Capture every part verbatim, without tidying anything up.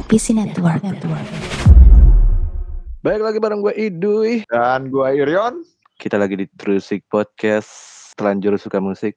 P C Network. Baik lagi bareng gue Iduy dan gue Irion. Kita lagi di Trusik Podcast, Telanjur Suka Musik.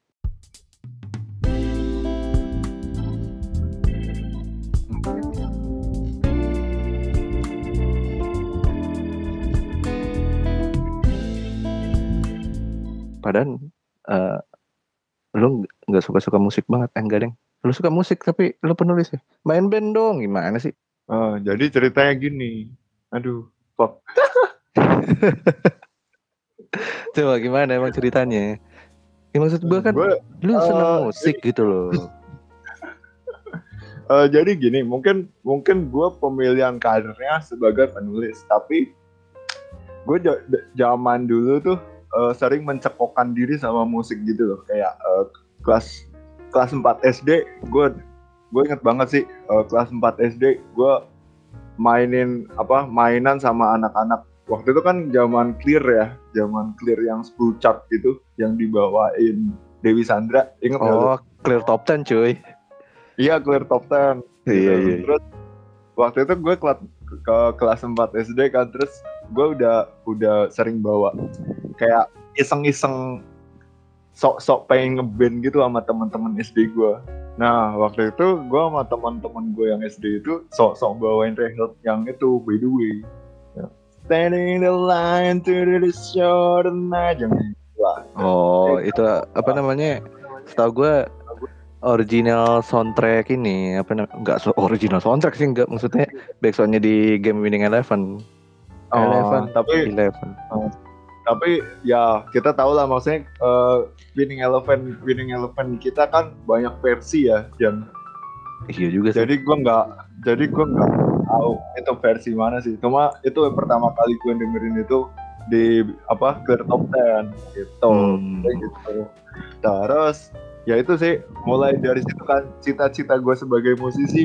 Padahal uh, lu nggak suka-suka musik banget, eh, enggak deng. Lu suka musik tapi lu penulis ya. Main band dong, gimana sih? Uh, jadi ceritanya gini, aduh, fuck. Coba gimana emang ceritanya? Ya, maksud gue kan, gua, lu uh, seneng musik jadi, gitu loh. uh, jadi gini, mungkin mungkin gue pemilihan karirnya sebagai penulis, tapi gue j- zaman dulu tuh uh, sering mencekokkan diri sama musik gitu loh, kayak uh, kelas kelas empat S D, gue gue inget banget sih uh, kelas empat S D gue mainin apa mainan sama anak-anak. Waktu itu kan zaman Clear ya, zaman Clear yang sepuluh chart gitu, yang dibawain Dewi Sandra, inget nggak? Oh, Clear Top ten cuy. Iya, Clear Top ten. Gitu. Iya, iya. Terus waktu itu gue ke, ke kelas empat S D kan, terus gue udah udah sering bawa kayak iseng-iseng sok-sok pengen ngeband gitu sama teman-teman S D gue. Nah, waktu itu gue sama teman-teman gue yang S D itu sok-sok bawain Rehab yang itu, By the Way. Standing the line to the shore tonight. Oh, itu apa namanya? Setahu gue original soundtrack ini apa namanya? Enggak so original soundtrack sih, enggak, maksudnya backsoundnya di game Winning Eleven. Oh, Eleven, tapi Eleven. Oh, tapi ya kita tahu lah, maksudnya uh, Winning Eleven, Winning Eleven kita kan banyak versi ya, yang iya juga sih. Jadi gue nggak, jadi gue nggak tahu itu versi mana sih. Cuma itu pertama kali gue dengerin itu di apa Clear Top ten gitu. Hmm. gitu. Terus ya itu sih, mulai dari situ kan cita-cita gue sebagai musisi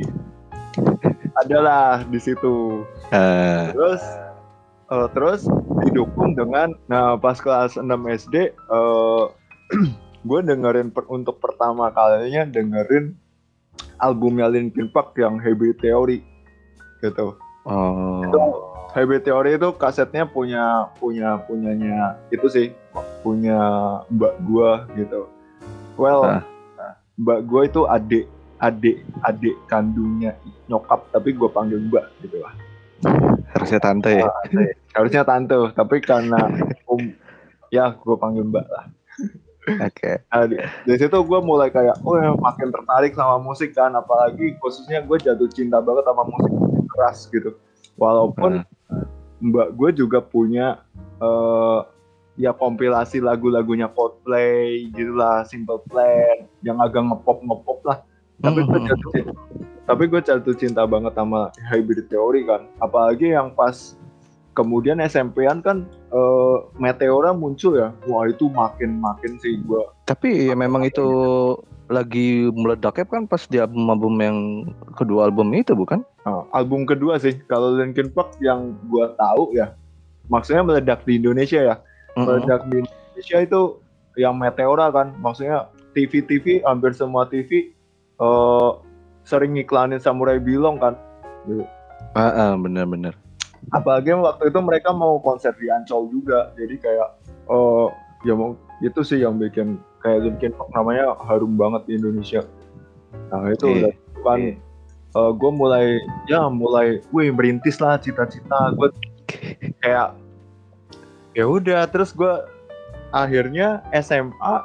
adalah di situ. Uh. Terus uh, terus didukung dengan, nah pas kelas enam S D uh, gue dengerin per, untuk pertama kalinya dengerin albumnya Linkin Park yang Hybrid Theory gitu. Oh. Itu Hybrid Theory itu kasetnya punya punya punyanya itu sih, punya mbak gua gitu. Well, ah. mbak gua itu adik adik adik kandungnya nyokap, tapi gua panggil mbak gitu lah. Harusnya tante ya. Uh, harusnya tante, tapi karena um, ya gua panggil mbak lah. Oke. Okay. Nah, dari situ gue mulai kayak, oh ya, makin tertarik sama musik kan, apalagi khususnya gue jatuh cinta banget sama musik keras gitu. Walaupun uh. mbak gue juga punya uh, ya kompilasi lagu-lagunya Coldplay gitulah, Simple Plan, yang agak ngepop ngepop lah. Tapi gue jatuh cinta, tapi gue jatuh cinta banget sama Hybrid Theory kan, apalagi yang pas kemudian S M P-an kan uh, Meteora muncul ya. Wah, itu makin-makin sih gue. Tapi ya memang itu lagi meledaknya kan pas di album-album yang kedua album itu, bukan? Nah, album kedua sih. Kalau Linkin Park yang gue tahu ya, maksudnya meledak di Indonesia ya. Mm-hmm. Meledak di Indonesia itu yang Meteora kan. Maksudnya T V-T V, hampir semua T V uh, sering ngiklanin Samurai Belong kan. Gitu. Ah, uh, benar-benar. Apalagi waktu itu mereka mau konser di Ancol juga, jadi kayak oh ya mau itu sih yang bikin kayak Linkin Park namanya harum banget di Indonesia. Nah itu udah e, kan e. uh, gue mulai ya mulai, wih merintis lah cita-cita gue kayak ya udah. Terus gue akhirnya S M A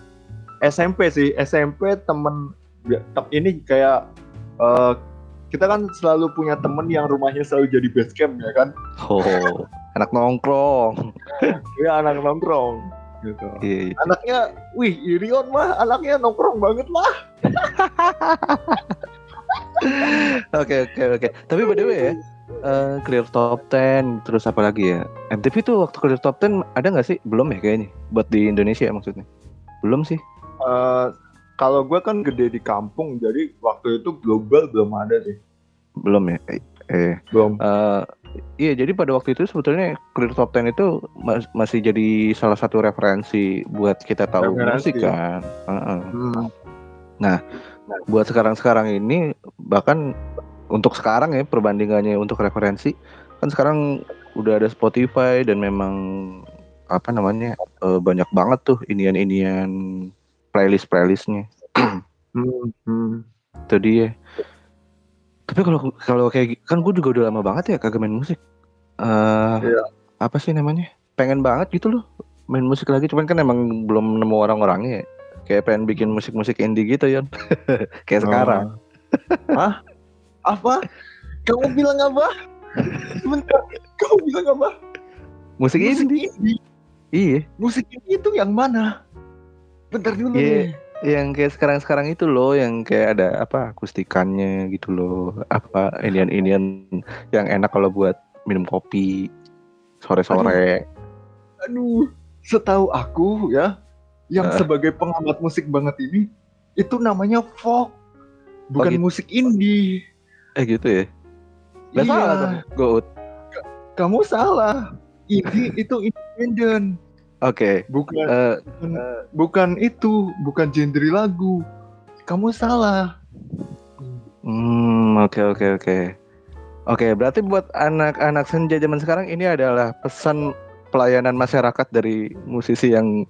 S M P sih S M P temen ini kayak uh, kita kan selalu punya temen yang rumahnya selalu jadi base camp ya kan. Oh, anak nongkrong. Iya, anak nongkrong gitu. Iya, iya. Anaknya, wih Irion mah anaknya nongkrong banget lah. Oke oke oke. Tapi by the way ya, uh, Clear Top ten terus apa lagi ya? M T V tuh waktu Clear Top ten ada nggak sih? Belum ya kayaknya. Buat di Indonesia maksudnya. Belum sih. Uh, Kalau gue kan gede di kampung, jadi waktu itu global belum ada sih. Belum ya? Eh, eh. Belum. Uh, iya, jadi pada waktu itu sebetulnya Clear Top ten itu mas- masih jadi salah satu referensi buat kita tahu referensi. Musik kan. Uh-uh. Hmm. Nah, buat sekarang-sekarang ini bahkan untuk sekarang ya perbandingannya untuk referensi kan sekarang udah ada Spotify dan memang apa namanya eh, banyak banget tuh inian-inian playlist-playlistnya. Hmm, hmm. Itu dia. Tapi kalau kalau kayak gi- kan gue juga udah lama banget ya kagak main musik. Eh Iya. apa sih namanya? Pengen banget gitu loh main musik lagi, cuman kan emang belum nemu orang-orangnya ya. Kayak pengen bikin musik-musik indie gitu ya. Kayak sekarang. Ah. Hah? Apa? Kamu bilang apa? Sebentar. Kamu bilang apa? Musik, Musik indie. indie. Iya. Musik indie itu yang mana? Bentar dulu Iya. nih. Yang kayak sekarang-sekarang itu loh, yang kayak ada apa akustikannya gitu loh, apa inian-inian yang enak kalau buat minum kopi sore-sore. Aduh, setahu aku ya, yang Eh. sebagai pengamat musik banget ini, itu namanya folk, bukan gitu. musik indie. Eh gitu ya. Gak Iya, salah dong, Goat. kamu salah. Indie itu independen, Oke. bukan Eh, bukan, bukan itu, bukan genre lagu. Kamu salah. Hmm, oke oke oke. Oke, berarti buat anak-anak senja zaman sekarang ini adalah pesan pelayanan masyarakat dari musisi yang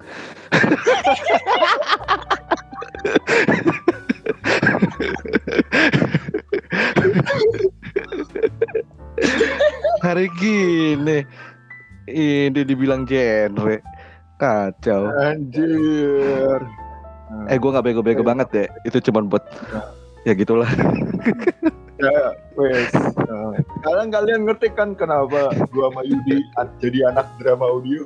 hari gini ini dibilang genre. Kacau. Anjir. Eh, gue nggak bego-bego banget deh. Itu cuma buat ya gitulah. Ya, wes. Nah, sekarang kalian ngerti kan kenapa gua sama Yudi a- jadi anak drama audio?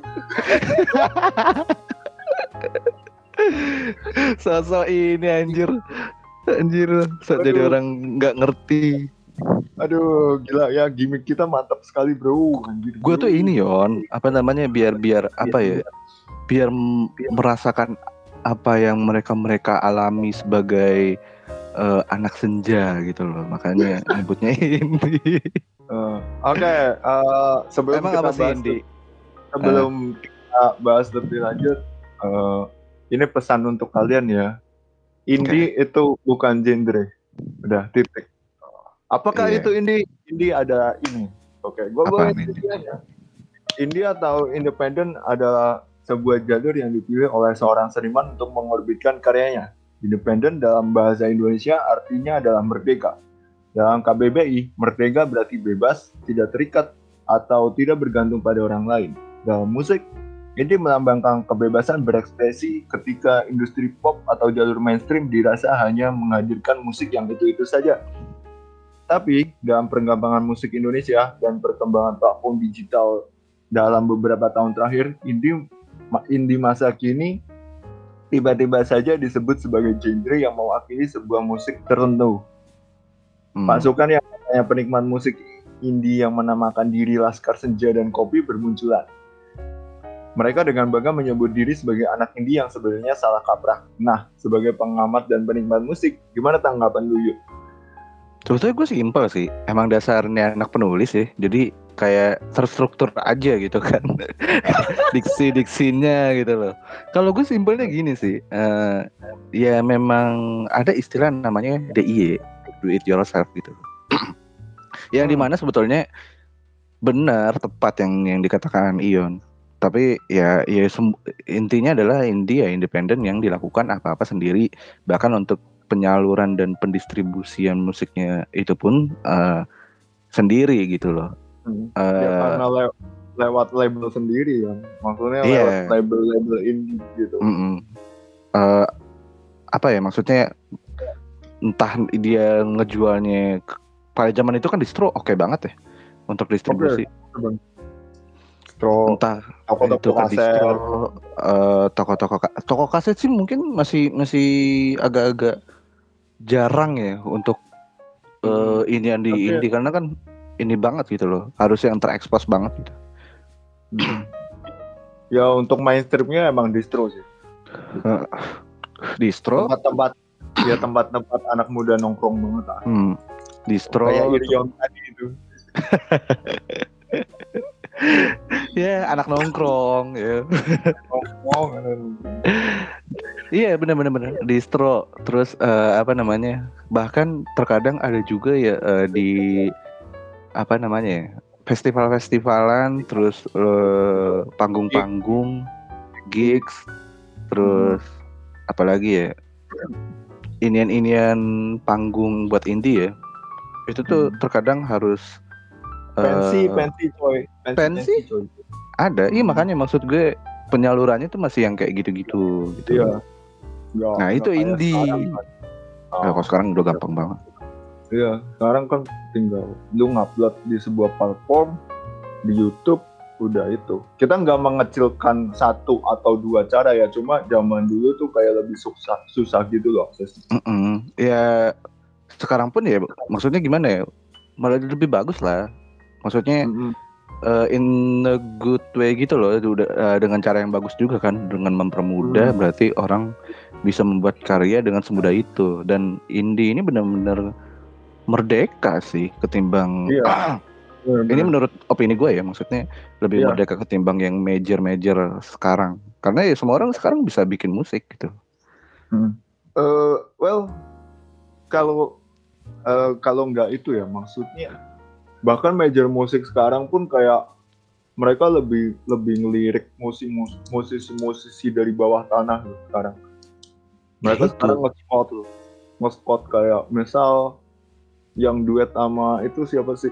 Sosok ini anjir. Anjir, so jadi Aduh. orang nggak ngerti. Aduh, gila ya, gimmick kita mantap sekali, bro. Anjir. Gue bro. tuh ini Yon, apa namanya biar biar apa ya? Biar m- merasakan apa yang mereka-mereka alami sebagai eh, anak senja gitu loh. Makanya nyebutnya indie. Eh, Oke, eh, sebelum Emang kita apa sih bahas indie? sebelum kita bahas lebih lanjut, eh, ini pesan untuk kalian ya. Indie itu bukan genre. Udah, titik. Apakah Iya. itu indie? Indie ada ini. Oke, gua boleh Apaan indie? aja. Indie atau independen adalah sebuah jalur yang dipilih oleh seorang seniman untuk mengorbitkan karyanya. Independen dalam bahasa Indonesia artinya adalah merdeka. Dalam K B B I, merdeka berarti bebas, tidak terikat, atau tidak bergantung pada orang lain. Dalam musik, indie melambangkan kebebasan berekspresi ketika industri pop atau jalur mainstream dirasa hanya menghadirkan musik yang itu-itu saja. Tapi dalam perkembangan musik Indonesia dan perkembangan platform digital dalam beberapa tahun terakhir, indie indie masa kini tiba-tiba saja disebut sebagai genre yang mewakili sebuah musik tertentu. Hmm. Pasukan yang namanya penikmat musik indie yang menamakan diri Laskar Senja dan Kopi bermunculan. Mereka dengan bangga menyebut diri sebagai anak indie yang sebenarnya salah kaprah. Nah, sebagai pengamat dan penikmat musik, gimana tanggapan lu, Yud? Sebetulnya gue simpel sih. Emang dasarnya anak penulis ya. Jadi kayak terstruktur aja gitu kan. Diksi-diksinya gitu loh. Kalau gue simpelnya gini sih. eh, ya memang ada istilah namanya D I Y, do it yourself gitu. Yang Hmm. dimana sebetulnya benar tepat yang yang dikatakan Ion. Tapi ya ya sem- intinya adalah indie ya independen yang dilakukan apa-apa sendiri, bahkan untuk penyaluran dan pendistribusian musiknya itu pun uh, sendiri gitu loh. Hmm. Uh, ya karena le- lewat label sendiri kan, maksudnya iya. lewat label-label indie gitu. Uh, apa ya maksudnya, entah dia ngejualnya pada zaman itu kan distro oke okay banget ya untuk distribusi. Okay. Distro, entah toko-toko itu kan kaset, distro, uh, toko-toko toko kaset sih mungkin masih masih agak-agak jarang ya untuk uh, hmm. ini yang di Tapi, indie karena kan ini banget gitu loh, harusnya yang terekspos banget gitu. Ya untuk mainstreamnya emang distro sih. Uh, distro. Tempat-tempat ya tempat-tempat anak muda nongkrong banget lah. Hmm. Distro. Kayak Irion tadi itu. Ya, yeah, anak nongkrong ya. Nongkrong. Iya benar-benar benar. Distro terus eh, apa namanya? Bahkan terkadang ada juga ya eh, di apa namanya ya? Festival-festivalan terus eh, panggung-panggung, gigs, terus apalagi ya? Inian-inian panggung buat indie ya. Itu tuh Hmm. terkadang harus Pensi, eh, pensi coy, pensi, pensi pensi coy. ada. Iya Hmm. makanya maksud gue penyalurannya tuh masih yang kayak gitu-gitu gitu. Iya, nggak Nah, itu nggak kayak sekarang indie. kan. Eh, Oh, kalau sekarang udah gampang banget. iya, sekarang kan tinggal lu ngupload di sebuah platform di YouTube, udah itu. Kita nggak mengecilkan satu atau dua cara ya, cuma zaman dulu tuh kayak lebih susah susah gitu loh aksesnya. Mm-mm. Ya sekarang pun ya maksudnya gimana ya? Malah lebih bagus lah. Maksudnya Mm-mm. eh, in a good way gitu loh. Udah eh, dengan cara yang bagus juga kan, dengan mempermudah Hmm. berarti orang bisa membuat karya dengan semudah itu. Dan indie ini benar-benar merdeka sih ketimbang Iya, ini benar-benar. menurut opini gue ya, maksudnya lebih Iya. merdeka ketimbang yang major-major sekarang. Karena ya semua orang sekarang bisa bikin musik gitu. Hmm. Eh, well, kalau eh, kalau nggak itu ya, maksudnya bahkan major musik sekarang pun kayak mereka lebih lebih ngelirik musik musisi-musisi dari bawah tanah loh sekarang. Ya Mereka sekarang itu. nge-spot loh, nge-spot kayak misal yang duet sama itu siapa sih?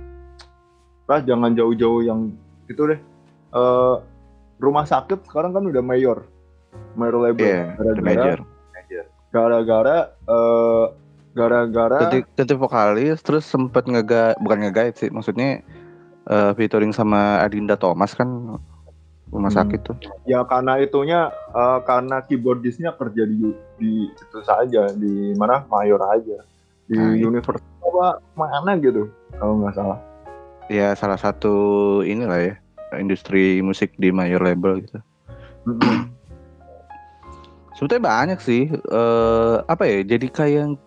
Ah, jangan jauh-jauh yang itu deh. Eh, rumah sakit sekarang kan udah mayor, mayor label. Iya, the Gara-gara, major. gara-gara, eh, gara-gara. Ganti, ganti vokalis, terus sempet ngega, bukan ngegait sih, maksudnya eh, featuring sama Adinda Thomas kan rumah Hmm, sakit tuh. ya karena itunya, eh, karena keyboardisnya kerja di di itu saja, di mana mayor aja, di Nah itu, Universal apa mana gitu kalau nggak salah. ya salah satu inilah ya industri musik di major label gitu. Mm-mm. Sebetulnya banyak sih, eh, apa ya? Jadi kayak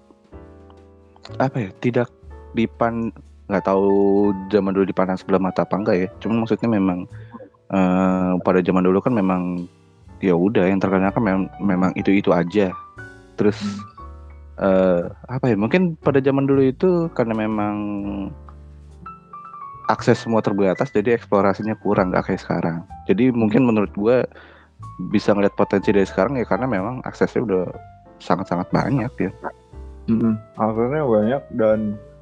apa ya? Tidak dipan, nggak tahu zaman dulu dipandang sebelah mata apa enggak ya. Cuman maksudnya memang eh, pada zaman dulu kan memang ya udah yang terkenal kan memang, memang itu-itu aja. Terus eh, apa ya? Mungkin pada zaman dulu itu karena memang akses semua terbatas, jadi eksplorasinya kurang nggak kayak sekarang. Jadi mungkin menurut gue bisa ngeliat potensi dari sekarang ya karena memang aksesnya udah sangat-sangat banyak ya. Mm-mm. Akhirnya banyak dan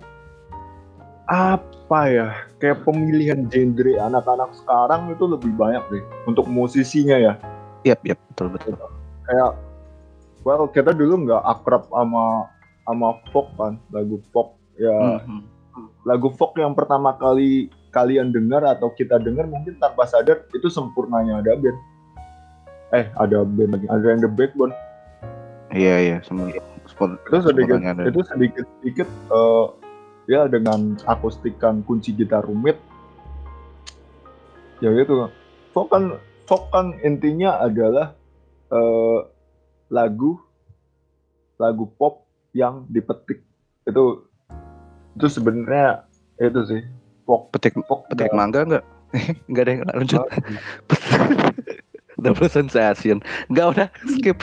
apa ya, kayak pemilihan genre anak-anak sekarang itu lebih banyak deh untuk musisinya ya. Yap, yap, betul betul. Kayak, well, kita dulu nggak akrab sama sama folk kan, lagu folk ya. Mm-hmm. Lagu folk yang pertama kali kalian dengar atau kita dengar mungkin tanpa sadar itu Sempurnanya Ada Band. Eh, ada band lagi, ada yang The Backbone. Iya iya, semua sport, Itu sedikit, ada. itu sedikit sedikit uh, ya dengan akustikan kunci gitar rumit. Ya gitu. Folk kan, folk kan intinya adalah uh, lagu lagu pop yang dipetik. Itu itu sebenarnya itu sih. Folk, Petik folk petik dalam, mangga enggak? Enggak ada yang lanjut. Double sensation. Enggak udah skip.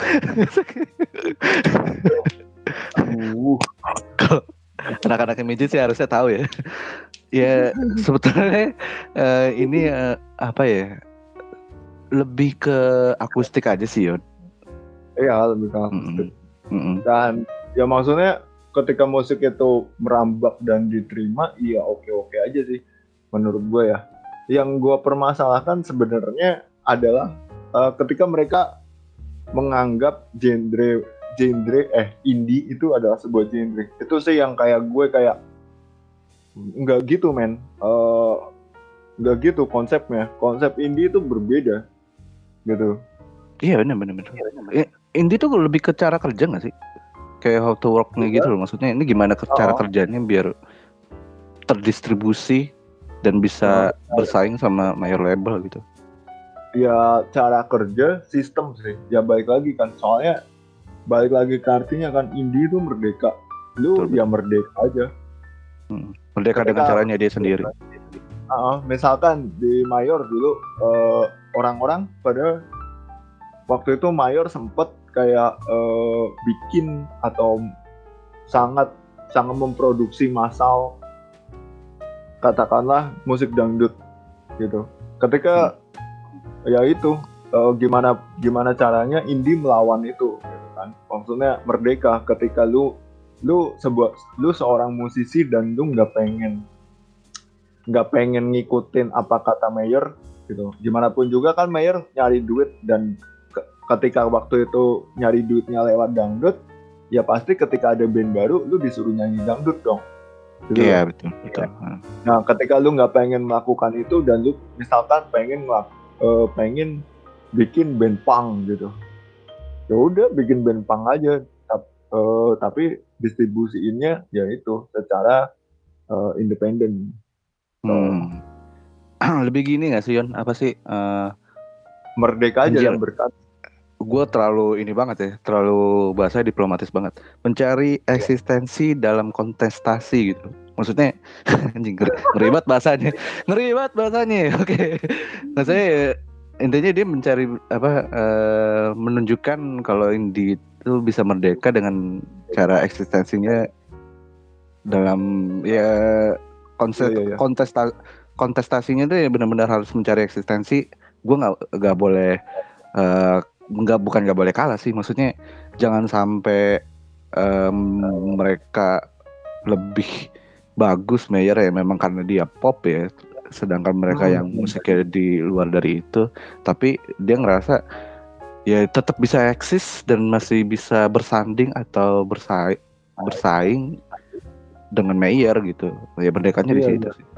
uh, Anak-anak Imiji sih harusnya tahu ya. Ya sebetulnya eh, ini eh, apa ya? Lebih ke akustik aja sih, Yon. iya lebih ke akustik. Mm-mm. Mm-mm. Dan ya maksudnya ketika musik itu merambak dan diterima, iya oke-oke aja sih menurut gue ya. Yang gue permasalahkan sebenarnya adalah uh, ketika mereka menganggap genre genre eh indie itu adalah sebuah genre. Itu sih yang kayak gue kayak nggak gitu men. Uh, nggak gitu konsepnya. Konsep indie itu berbeda gitu. Iya benar benar benar. Eh, Indie tuh lebih ke cara kerja nggak sih? Kayak how to work-nya gitu loh. Maksudnya ini gimana ke cara Oh. kerjanya biar terdistribusi dan bisa Oh. bersaing sama major label gitu. Ya cara kerja sistem sih. Ya balik lagi kan. Soalnya balik lagi ke artinya kan indie itu merdeka. Lu Betul, ya merdeka aja. Hmm. Merdeka Ketika, dengan caranya dia sendiri. Uh, misalkan di Mayor dulu uh, orang-orang pada waktu itu Mayor sempet kayak uh, bikin atau sangat sangat memproduksi massal katakanlah musik dangdut gitu. Ketika hmm. ya itu uh, gimana gimana caranya indie melawan itu gitu kan. Maksudnya merdeka ketika lu lu sebuah lu seorang musisi dan lu nggak pengen nggak pengen ngikutin apa kata mayor gitu. Gimana pun juga kan mayor nyari duit dan ke- ketika waktu itu nyari duitnya lewat dangdut, ya pasti ketika ada band baru lu disuruh nyanyi dangdut dong. Gitu iya loh. betul betul. Nah ketika lu nggak pengen melakukan itu dan lu misalkan pengen uh, pengen bikin band punk gitu, ya udah bikin band punk aja. Uh, tapi distribusiinnya ya itu secara uh, independen. Hmm. Lebih gini nggak sih Yon? Apa sih? Uh, Merdeka aja anjir. dan berkat. Gue terlalu ini banget ya, terlalu bahasa diplomatis banget. Mencari eksistensi yeah. dalam kontestasi gitu. Maksudnya anjing ngeri banget bahasanya. Ngeri banget bahasanya. Oke. Okay. Maksudnya intinya dia mencari apa uh, menunjukkan kalau indie itu bisa merdeka dengan cara eksistensinya dalam ya konsep yeah, yeah, yeah. kontesta kontestasinya tuh ya benar-benar harus mencari eksistensi. Gue nggak nggak boleh uh, nggak bukan nggak boleh kalah sih, maksudnya jangan sampai um, mereka lebih bagus Mayer ya memang karena dia pop ya, sedangkan mereka hmm. yang musiknya di luar dari itu, tapi dia ngerasa ya tetap bisa eksis dan masih bisa bersanding atau bersaing bersaing dengan Mayer gitu ya, merdekanya di situ sih.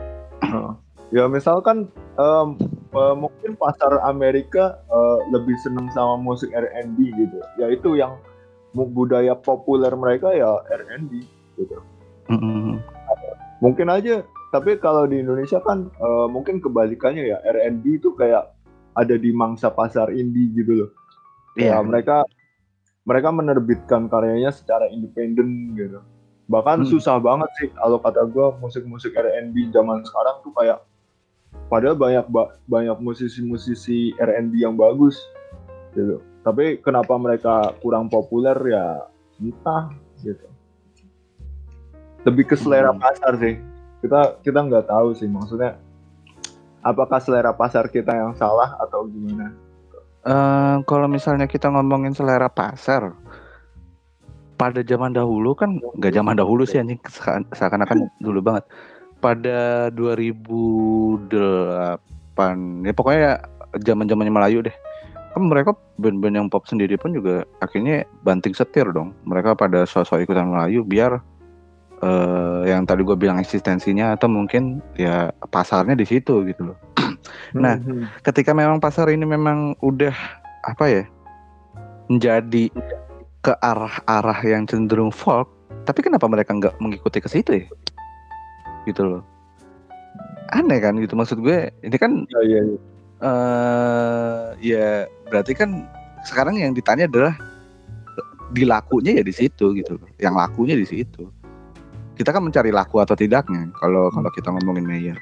Ya misalkan um, uh, mungkin pasar Amerika uh, lebih seneng sama musik R and B gitu. Ya itu yang budaya populer mereka ya R and B gitu. Mm-hmm. Mungkin aja, tapi kalau di Indonesia kan uh, mungkin kebalikannya ya, R and B itu kayak ada di mangsa pasar indie gitu loh. Ya yeah. mereka mereka menerbitkan karyanya secara independen gitu. Bahkan hmm. susah banget sih kalau kata gue musik-musik R and B zaman sekarang tuh kayak padahal banyak banyak musisi-musisi R and B yang bagus gitu. Tapi kenapa mereka kurang populer ya entah gitu. Lebih ke selera hmm. pasar sih. Kita kita nggak tahu sih, maksudnya apakah selera pasar kita yang salah atau gimana? Uh, kalau misalnya kita ngomongin selera pasar, pada zaman dahulu kan nggak zaman dahulu sih anjing, seakan-akan dulu banget. Pada dua ribu delapan ya pokoknya zaman-zamannya Melayu deh. Kan mereka band-band yang pop sendiri pun juga akhirnya banting setir dong. Mereka pada sosok ikutan Melayu biar uh, yang tadi gue bilang eksistensinya atau mungkin ya pasarnya di situ gitu loh. Nah, mm-hmm. ketika memang pasar ini memang udah apa ya menjadi ke arah-arah yang cenderung folk, tapi kenapa mereka nggak mengikuti ke situ ya? Gitu loh. Aneh kan gitu, maksud gue ini kan ya, ya, ya. Uh, ya berarti kan sekarang yang ditanya adalah dilakunya ya di situ gitu loh. Yang lakunya di situ. Kita kan mencari laku atau tidaknya kalau hmm. kalau kita ngomongin Mayer.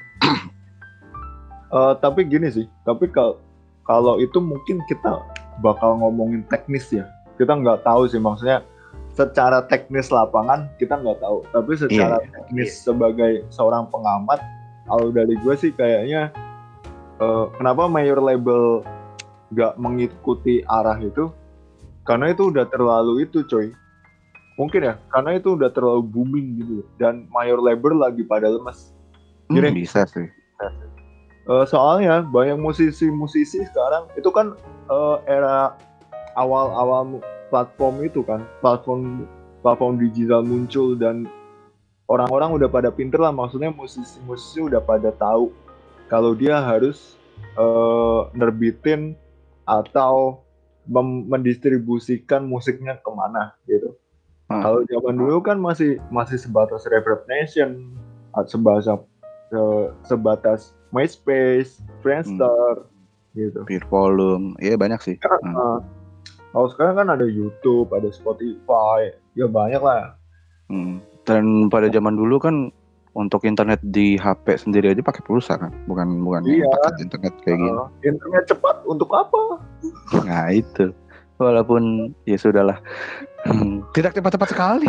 uh, tapi gini sih, tapi kalau kalau itu mungkin kita bakal ngomongin teknis ya. Kita nggak tahu sih, maksudnya secara teknis lapangan kita nggak tahu, tapi secara yeah. teknis yeah. sebagai seorang pengamat, kalau dari gue sih kayaknya uh, kenapa major label nggak mengikuti arah itu, karena itu udah terlalu itu coy, mungkin ya karena itu udah terlalu booming gitu, dan major label lagi pada lemes. Jadi hmm, bisa sih. Uh, soalnya banyak musisi-musisi sekarang itu kan uh, era awal-awal platform itu kan, platform platform digital muncul dan orang-orang udah pada pinter lah, maksudnya musisi-musisi udah pada tahu kalau dia harus uh, nerbitin atau mem- mendistribusikan musiknya kemana gitu. Hmm. Kalau zaman dulu kan masih masih sebatas Reverb Nation, sebatas uh, sebatas MySpace, Friendster, hmm. gitu. Peer Volume, iya banyak sih. Kan, hmm. uh, Kalau sekarang kan ada YouTube, ada Spotify, ya banyak lah. Hmm. Dan pada zaman dulu kan untuk internet di H P sendiri aja pakai pulsa kan, bukan bukan iya. paket internet kayak uh, gini. Internet cepat untuk apa? Nah itu. Walaupun ya sudahlah. Hmm, tidak cepat-cepat sekali.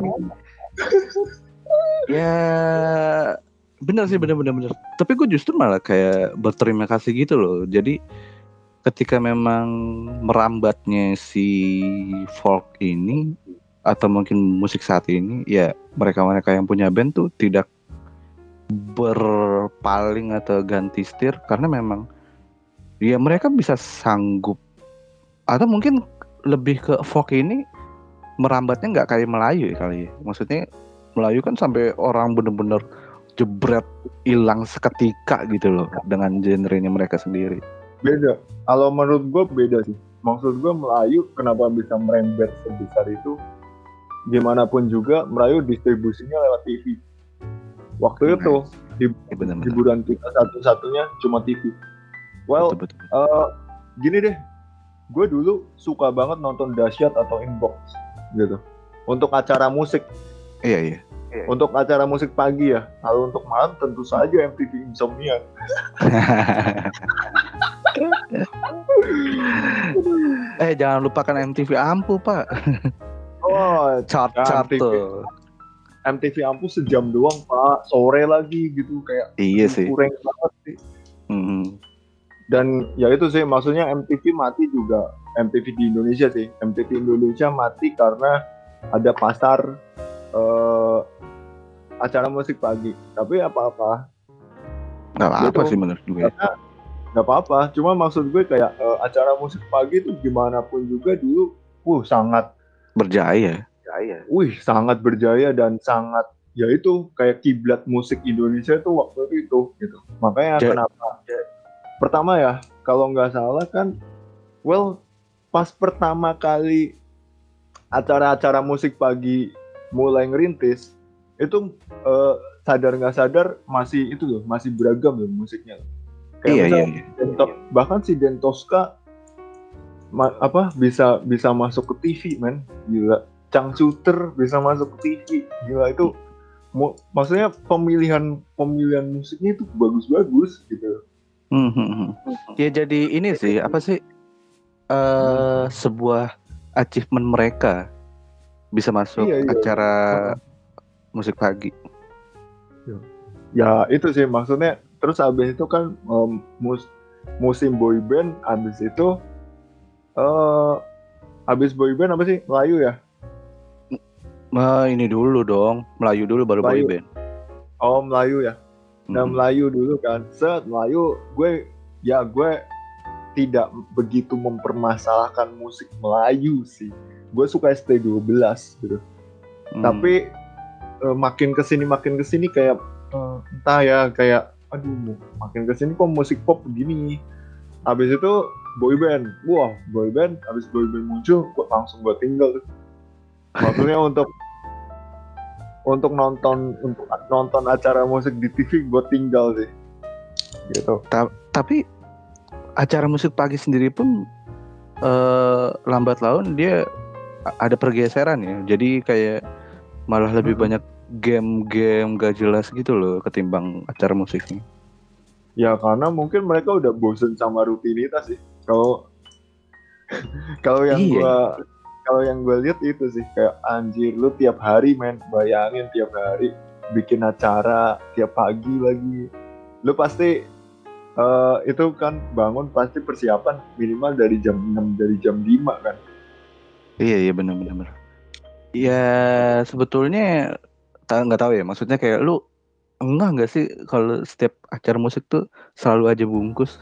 Ya benar sih, benar benar benar. Tapi gue justru malah kayak berterima kasih gitu loh. Jadi ketika memang merambatnya si folk ini atau mungkin musik saat ini, ya mereka-mereka yang punya band tuh tidak berpaling atau ganti setir karena memang ya mereka bisa sanggup, atau mungkin lebih ke folk ini merambatnya nggak kayak Melayu ya kali ya. Maksudnya Melayu kan sampai orang bener-bener jebret hilang seketika gitu loh dengan genrenya mereka sendiri. Beda. Kalau menurut gue beda sih. Maksud gue Melayu kenapa bisa merembet sebesar itu? Gimana pun juga Melayu distribusinya lewat T V. Waktu itu hib- Ya, benar-benar. hiburan kita satu-satunya cuma T V. Well, Betul, betul. Uh, gini deh, gue dulu suka banget nonton Dahsyat atau Inbox gitu. Untuk acara musik. Iya iya. Untuk acara musik pagi ya. Kalau untuk malam tentu saja M T V Insomnia. eh jangan lupakan M T V Ampu pak. Oh, Chart-chart M T V. tuh. M T V Ampu sejam doang pak, sore lagi gitu kayak. Iya sih. Kurang banget sih. Mm-hmm. Dan ya itu sih maksudnya M T V mati juga. M T V di Indonesia sih. M T V Indonesia mati karena ada pasar uh, acara musik pagi. Tapi apa-apa. Gak apa-apa gitu. sih menurut gue. Karena gak apa-apa. Cuma maksud gue kayak uh, acara musik pagi itu gimana pun juga dulu, uh sangat berjaya. Wih sangat berjaya dan sangat ya itu kayak kiblat musik Indonesia tuh waktu itu gitu. Makanya ja- kenapa? Ya, pertama ya kalau nggak salah kan, well pas pertama kali acara-acara musik pagi mulai ngerintis itu uh, sadar nggak sadar masih itu loh, masih beragam loh musiknya. Kayak iya, misal, iya, iya. Dento- bahkan si Dentoska ma- apa bisa bisa masuk ke T V men, gila. Chang Shooter bisa masuk ke T V, gila itu. Mu- maksudnya pemilihan pemilihan musiknya itu bagus-bagus gitu. Mm-hmm. Ya jadi ini sih apa sih uh, sebuah achievement mereka bisa masuk iya, iya. acara uh-huh. musik pagi. Ya itu sih maksudnya. Terus abis itu kan um, mus- musim boyband, abis itu uh, abis boyband apa sih, Melayu ya? Nah, ini dulu dong, Melayu dulu baru Melayu. boyband. Oh Melayu ya. Nah hmm. Melayu dulu kan, set Melayu gue ya gue tidak begitu mempermasalahkan musik Melayu sih. Gue suka S T dua belas gitu. Hmm. Tapi uh, makin kesini makin kesini kayak uh, entah ya kayak aduh makin kesini kok musik pop begini. Habis itu boyband, wah boyband, habis boyband muncul, gue langsung gue tinggal tuh. Maksudnya untuk untuk nonton untuk nonton acara musik di T V gue tinggal sih, gitu. Ta- tapi acara musik pagi sendiri pun uh, lambat laun dia ada pergeseran ya. Jadi kayak malah lebih hmm. banyak game-game gak jelas gitu loh ketimbang acara musiknya. Ya karena mungkin mereka udah bosen sama rutinitas sih. Kalau kalau yang iya. gue kalau yang gue lihat itu sih kayak anjir lu tiap hari main, bayangin tiap hari bikin acara tiap pagi lagi. Lu pasti uh, itu kan bangun pasti persiapan minimal dari jam enam, dari jam lima kan. Iya iya benar-benar. Ya sebetulnya nggak tahu ya, maksudnya kayak lu enggak nggak sih kalau setiap acara musik tuh selalu aja bungkus.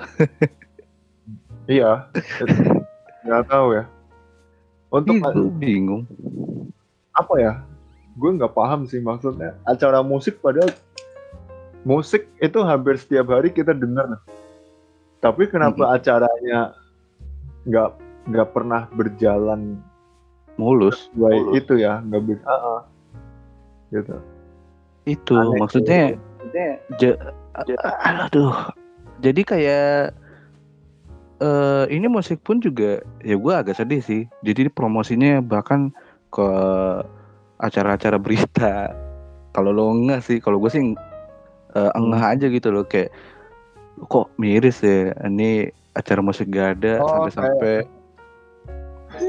Iya, nggak tahu ya. Untuk Ih, gue bingung. Apa ya? Gue nggak paham sih maksudnya acara musik, padahal musik itu hampir setiap hari kita dengar. Tapi kenapa mm-hmm. acaranya nggak nggak pernah berjalan mulus? Mulus. Itu ya nggak bisa. Uh-uh. Gitu. Itu aneh, maksudnya, j- aduh, jadi kayak uh, ini musik pun juga ya gue agak sedih sih. Jadi promosinya bahkan ke acara-acara berita. Kalau lo enggak sih, kalau gue sih uh, enggak aja gitu loh, kayak kok miris ya ini acara musik gak ada oh, sampai-sampai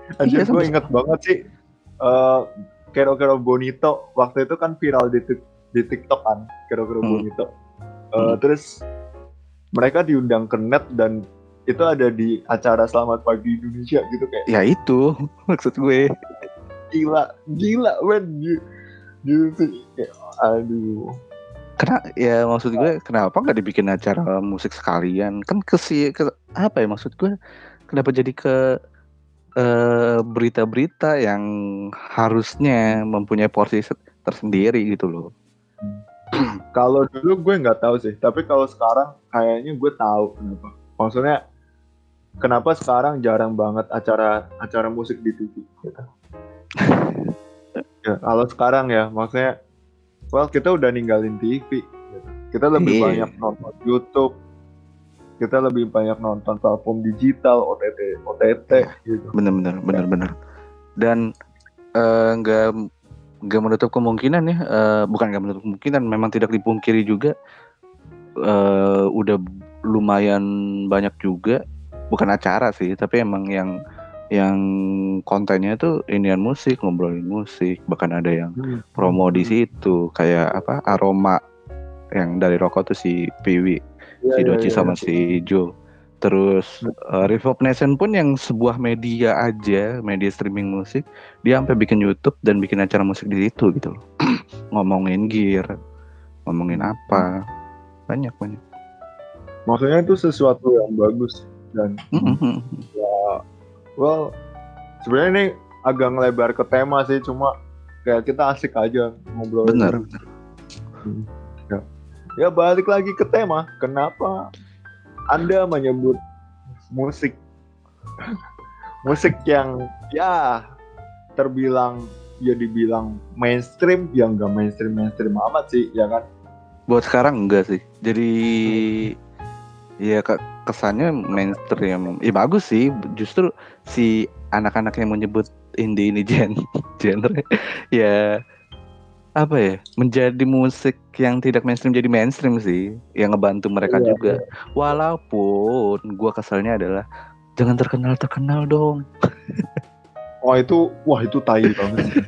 Anjir, Iya, gue sampai inget banget sih. eh Kero-Kero Bonito waktu itu kan viral di, tik- di TikTok kan, Kero-Kero hmm, Bonito. Eh, hmm. Terus mereka diundang ke net dan itu ada di acara Selamat Pagi Indonesia gitu, kayak Ya itu maksud gue. gila, gila men. Gitu gitu sih. Kayak, aduh. Karena ya maksud gue kenapa nggak dibikin acara musik sekalian? Kan ke si ke, apa ya maksud gue? Kenapa jadi ke eh, berita-berita yang harusnya mempunyai porsi se- tersendiri gitu loh. Kalau dulu gue nggak tahu sih, tapi kalau sekarang kayaknya gue tahu kenapa. Maksudnya kenapa sekarang jarang banget acara acara musik di T V gitu. Ya, kalau sekarang ya, maksudnya, well kita udah ninggalin T V. Gitu. Kita lebih Iya, banyak nonton YouTube, kita lebih banyak nonton platform digital, O T T, O T T iya, gitu. bener-bener, bener-bener. Dan eh, nggak nggak menutup kemungkinan ya, eh, bukan nggak menutup kemungkinan, memang tidak dipungkiri juga, eh, udah lumayan banyak juga, bukan acara sih, tapi emang yang yang kontennya tuh inian musik, ngobrolin musik, bahkan ada yang Hmm. promo di Hmm. situ, kayak apa aroma yang dari rokok tuh si Piwi, Ya, si ya, Doci ya, sama ya. si Joe. Terus uh, Reverb Nation pun yang sebuah media aja, media streaming musik, dia sampai bikin YouTube dan bikin acara musik di situ gitu loh. Ngomongin gear, ngomongin Hmm. apa, banyak banyak. Maksudnya itu sesuatu yang bagus dan Mm-mm. well sebenarnya ini agak ngelebar ke tema sih, cuma kayak kita asik aja ngobrolin. Bener, ini. bener. Hmm. Ya. Ya balik lagi ke tema, kenapa Anda menyebut musik musik yang ya terbilang ya dibilang mainstream, yang enggak mainstream mainstream amat sih, ya kan? Buat sekarang enggak sih. Jadi ya ke- kesannya mainstream. Ya bagus sih. Justru si anak-anak yang menyebut indie ini gen genre ya apa ya, menjadi musik yang tidak mainstream jadi mainstream sih, yang ngebantu mereka Iya, juga. Walaupun gua kesalnya adalah jangan terkenal terkenal dong. wah itu wah itu tai banget sih.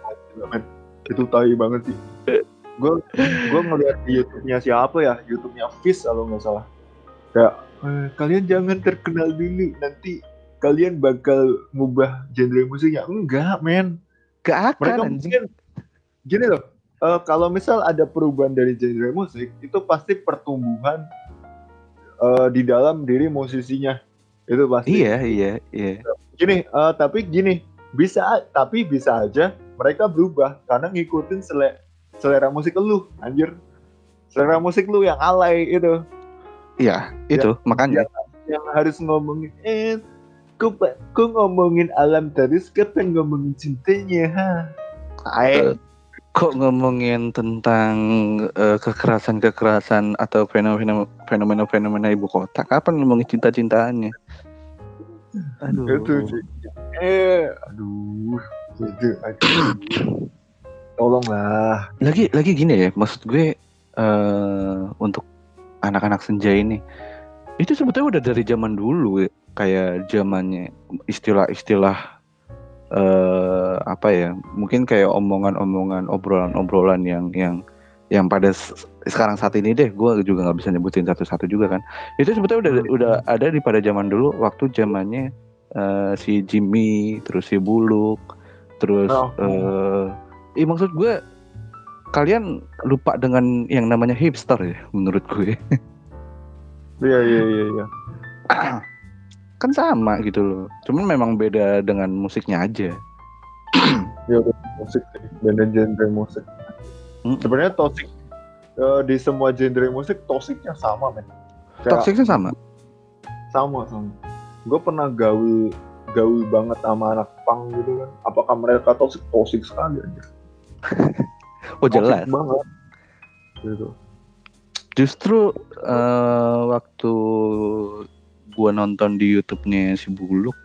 Itu tai banget sih. Gue gue ngeliat di YouTube-nya siapa ya, YouTube-nya Fizz kalau nggak salah. Kayak eh, kalian jangan terkenal dulu, nanti kalian bakal ngubah genre musiknya. Enggak, men. Gak Mereka akan anjing. mungkin gini loh. eh, kalau misal ada perubahan dari genre musik, itu pasti pertumbuhan eh, di dalam diri musisinya. Itu pasti. Iya iya iya. Gini, eh, tapi gini, bisa tapi bisa aja mereka berubah karena ngikutin selera, selera musik lu, anjir. Selera musik lu yang alay itu. Iya itu Yang, makanya. yang, yang harus ngomongin eh kok kok ngomongin alam terus, kapan ngomongin cintanya, ha? Eh, Ae. kok ngomongin tentang eh, kekerasan-kekerasan atau fenomena fenomena-fenomena ibu kota, kapan ngomongin cinta-cintaannya? Aduh. Itu sih. Eh, aduh, itu, aduh. Tolonglah. Lagi lagi gini ya, maksud gue eh untuk anak-anak senja ini itu sebetulnya udah dari zaman dulu ya. Kayak zamannya istilah-istilah eh apa ya, mungkin kayak omongan-omongan, obrolan-obrolan yang yang yang pada s- sekarang saat ini deh, gue juga nggak bisa nyebutin satu-satu juga kan. Itu sebetulnya udah Hmm. udah ada di pada zaman dulu, waktu zamannya eh, si Jimmy, terus si Buluk, terus Oh. eh iya maksud gue kalian lupa dengan yang namanya hipster ya menurut gue. Iya, iya, iya, iya. Kan sama gitu loh, cuman memang beda dengan musiknya aja. Ya udah musik sih, beda genre musik. Mm-mm. Sebenarnya toxic eh, di semua genre musik toksiknya sama, men. Kayak Toksiknya sama. sama sama. Gue pernah gaul gaul banget sama anak punk gitu kan. Apakah mereka toksik? Toksik sekali aja. Oh Toksik jelas. banget. Gitu. Justru eh, waktu gua nonton di YouTube-nya si Buluk,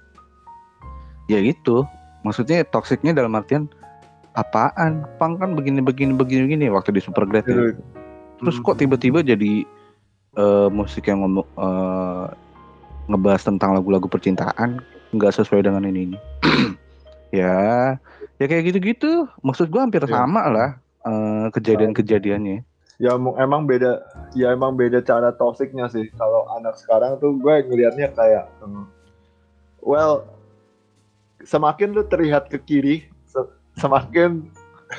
ya gitu. Maksudnya toksiknya dalam artian apaan? Pang kan begini begini begini begini waktu di Supergrade ya. Gitu. Terus kok tiba-tiba jadi eh, musik yang ngomong eh, ngebahas tentang lagu-lagu percintaan? nggak sesuai dengan ini ini. Ya, ya kayak gitu-gitu. Maksud gua hampir Ya. sama lah uh, kejadian-kejadiannya. Ya emang beda, ya emang beda cara toksiknya sih. Kalau anak sekarang tuh gue ngelihatnya kayak, um, well, semakin lu terlihat ke kiri, se- semakin,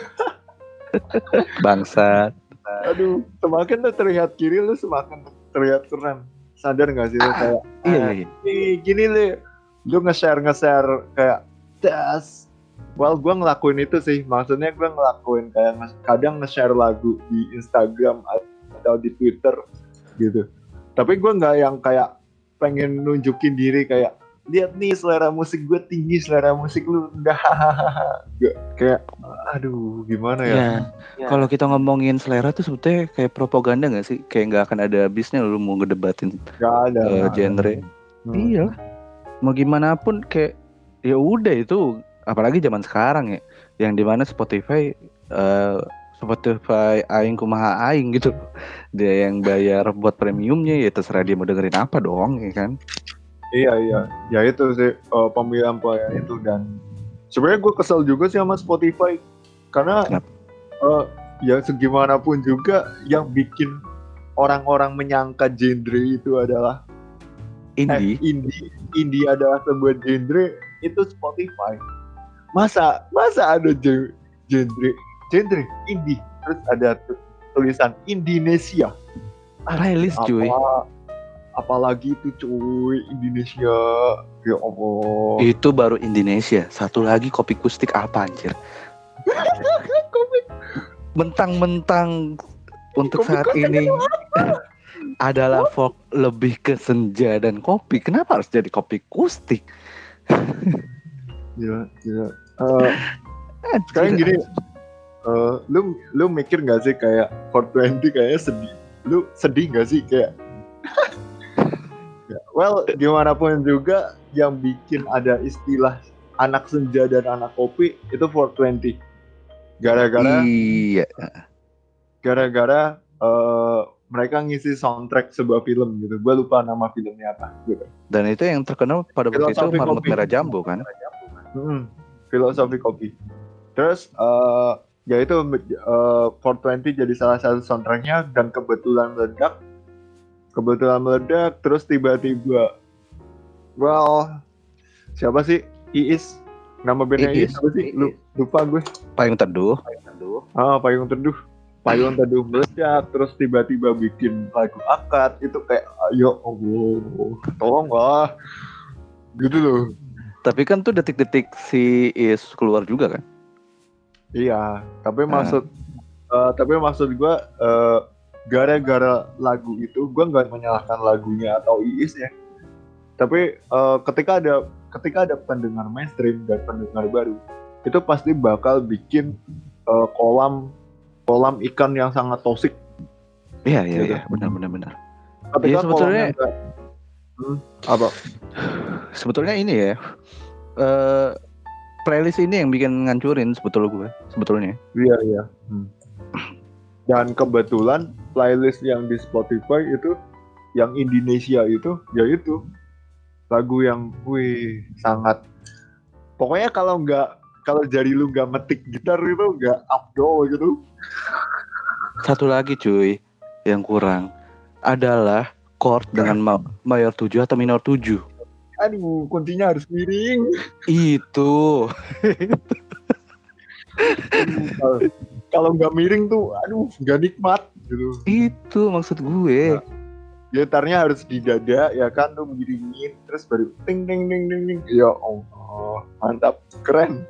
Bangsat. aduh, semakin lu terlihat kiri, lu semakin terlihat keren. Sadar nggak sih lu kayak, Iya, ah, iya, iya. "Ih, gini lu, lu nge-share nge-share kayak, das." Well, gue ngelakuin itu sih. Maksudnya gue ngelakuin kayak nge- kadang nge-share lagu di Instagram atau di Twitter gitu. Tapi gue nggak yang kayak pengen nunjukin diri kayak, lihat nih selera musik gue tinggi, selera musik lu enggak. Kayak, aduh, gimana ya? Ya, kalau kita ngomongin selera tuh sebetulnya kayak propaganda nggak sih? Kayak nggak akan ada habisnya lu mau ngedebatin Gak ada. uh, nggak ada. genre. Hmm. Iya, mau gimana pun kayak ya udah itu. Apalagi zaman sekarang ya, yang dimana Spotify, uh, Spotify aing kumaha aing gitu. Dia yang bayar buat premiumnya ya terserah dia mau dengerin apa dong, ya kan? Iya iya, ya itu sih uh, pemilihan pilihan itu. Dan sebenarnya gue kesel juga sih sama Spotify karena uh, ya segimanapun juga yang bikin orang-orang menyangka genre itu adalah Indie. eh, indie indie adalah sebuah genre, itu Spotify. Masa masa ada genre genre indie terus ada tulisan Indonesia. Playlist cuy. Apa, apalagi itu cuy, Indonesia, ya Allah. Itu baru Indonesia. Satu lagi kopi kustik apa anjir? Mentang-mentang untuk Kopi saat kustik ini adalah folk lebih ke senja dan kopi. Kenapa harus jadi kopi kustik? Gila, gila. Uh, sekarang gini, uh, lu lu mikir nggak sih kayak four twenty kayaknya sedih. Lu sedih nggak sih kayak? Well, gimana pun juga yang bikin ada istilah anak senja dan anak kopi itu four twenty. Gara-gara Iya. Gara-gara uh, mereka ngisi soundtrack sebuah film gitu. Gue lupa nama filmnya apa gitu. Dan itu yang terkenal pada waktu itu Marmut Merah Jambu kan? Hmm, filosofi kopi. Terus uh, ya itu uh, four twenty jadi salah satu soundtracknya dan kebetulan meledak. Kebetulan meledak terus tiba-tiba, well, siapa sih? Iis. Nama bandnya Iis apa sih? Lupa gue. Payung Teduh. Ah, Payung Teduh. Payung Teduh meledak, terus tiba-tiba bikin lagu akad, itu kayak ayo Allah, tolong lah gitu loh. Tapi kan tuh detik-detik si Is keluar juga kan? Iya, tapi uh. maksud uh, tapi maksud gue uh, gara-gara lagu itu gue nggak menyalahkan lagunya atau Iis ya, tapi uh, ketika ada ketika ada pendengar mainstream dan pendengar baru, itu pasti bakal bikin uh, kolam kolam ikan yang sangat toksik. Iya iya iya, benar-benar benar. Ketika ya, sebetulnya enggak, hmm, apa? Sebetulnya ini ya, uh, playlist ini yang bikin ngancurin sebetulnya gue, sebetulnya. Iya iya. Hmm. Dan kebetulan playlist yang di Spotify itu, yang Indonesia itu, yaitu lagu yang, wih, sangat. Pokoknya kalau nggak kalau jari lu nggak metik gitar itu nggak afdol gitu. Satu lagi cuy yang kurang adalah chord dengan ma- mayor tujuh atau minor tujuh. Aduh, kuncinya harus miring. Itu. Kalau nggak miring tuh, aduh, nggak nikmat gitu. Itu maksud gue. Nah, gitarnya harus di dada ya kan, tuh miringin terus baru ting ting ting ting ting. Ya Allah, mantap, keren.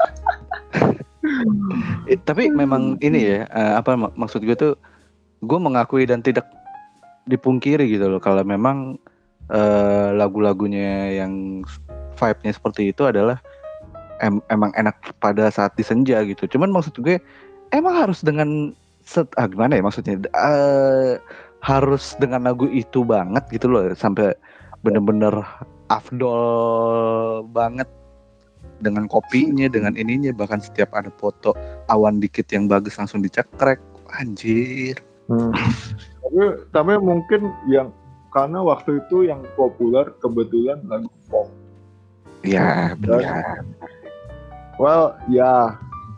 eh, tapi memang ini ya, uh, apa mak- maksud gue tuh, gue mengakui dan tidak dipungkiri gitu loh, kalau memang uh, lagu-lagunya yang vibe-nya seperti itu adalah em- emang enak pada saat disenja gitu. Cuman maksud gue emang harus dengan set, ah gimana ya maksudnya, uh, harus dengan lagu itu banget gitu loh sampai bener-bener afdol banget dengan kopinya, dengan ininya, bahkan setiap ada foto awan dikit yang bagus langsung dicekrek, anjir. Hmm. tapi tapi mungkin yang karena waktu itu yang populer kebetulan lagu pop. Iya, Dan, benar. well, ya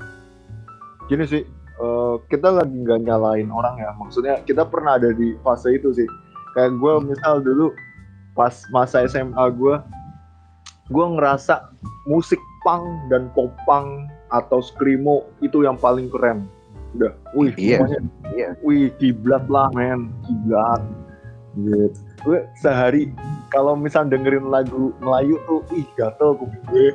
gini sih, eh, kita lagi nggak nyalain orang ya. Maksudnya kita pernah ada di fase itu sih. Kayak gue misal dulu pas masa S M A gue, gue ngerasa musik punk dan pop punk atau screamo itu yang paling keren. Udah, wih, Iya. pokoknya, iya, wih, kiblat lah, men, kiblat. Gitu. Gue sehari kalau misal dengerin lagu Melayu tuh, ih, gatel kuping gue.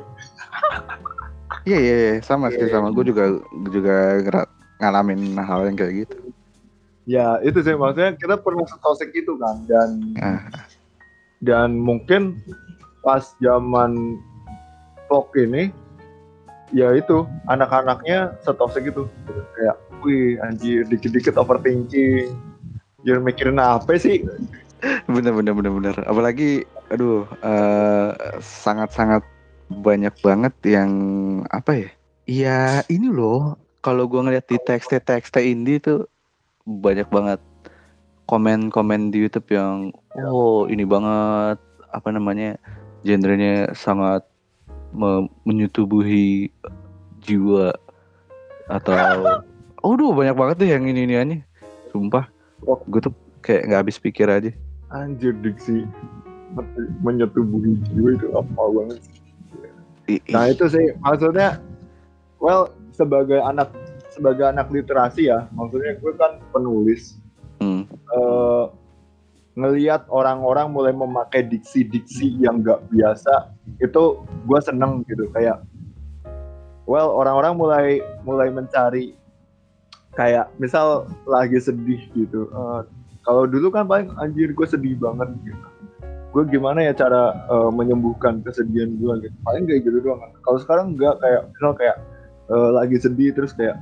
Iya, iya, iya, sama sih, sama gue juga juga ngera- ngalamin hal yang kayak gitu. Ya, itu sih maksudnya kita pernah setoksik itu kan, dan Ah. dan mungkin pas zaman folk ini, ya itu anak-anaknya setoksik itu, kayak, wih, anjir, dikit-dikit overthinking, jangan mikirin apa sih. Bener, bener, bener, bener. Apalagi, aduh, eh, sangat-sangat banyak banget yang apa ya? Iya, ini loh. Kalau gue ngeliat di teks-teks indie tuh banyak banget komen-komen di YouTube yang, oh ini banget, apa namanya, genrenya sangat me- menyetubuhi jiwa atau, oh duh banyak banget tuh yang ini iniannya. Sumpah, gue tuh kayak nggak habis pikir aja. Anjir, diksi menyetubuhi jiwa itu apa banget sih. I- Nah ih. itu sih maksudnya, well, sebagai anak sebagai anak literasi ya, maksudnya gue kan penulis, Hmm. eh, ngelihat orang-orang mulai memakai diksi-diksi yang gak biasa, itu gue seneng gitu. Kayak, well, orang-orang mulai mulai mencari, kayak misal lagi sedih gitu, eh, kalau dulu kan paling anjir gue sedih banget gitu, gue gimana ya cara uh, menyembuhkan kesedihan gue gitu, paling kayak gitu doang kan. Kalau sekarang enggak, kayak misal kayak uh, lagi sedih terus kayak,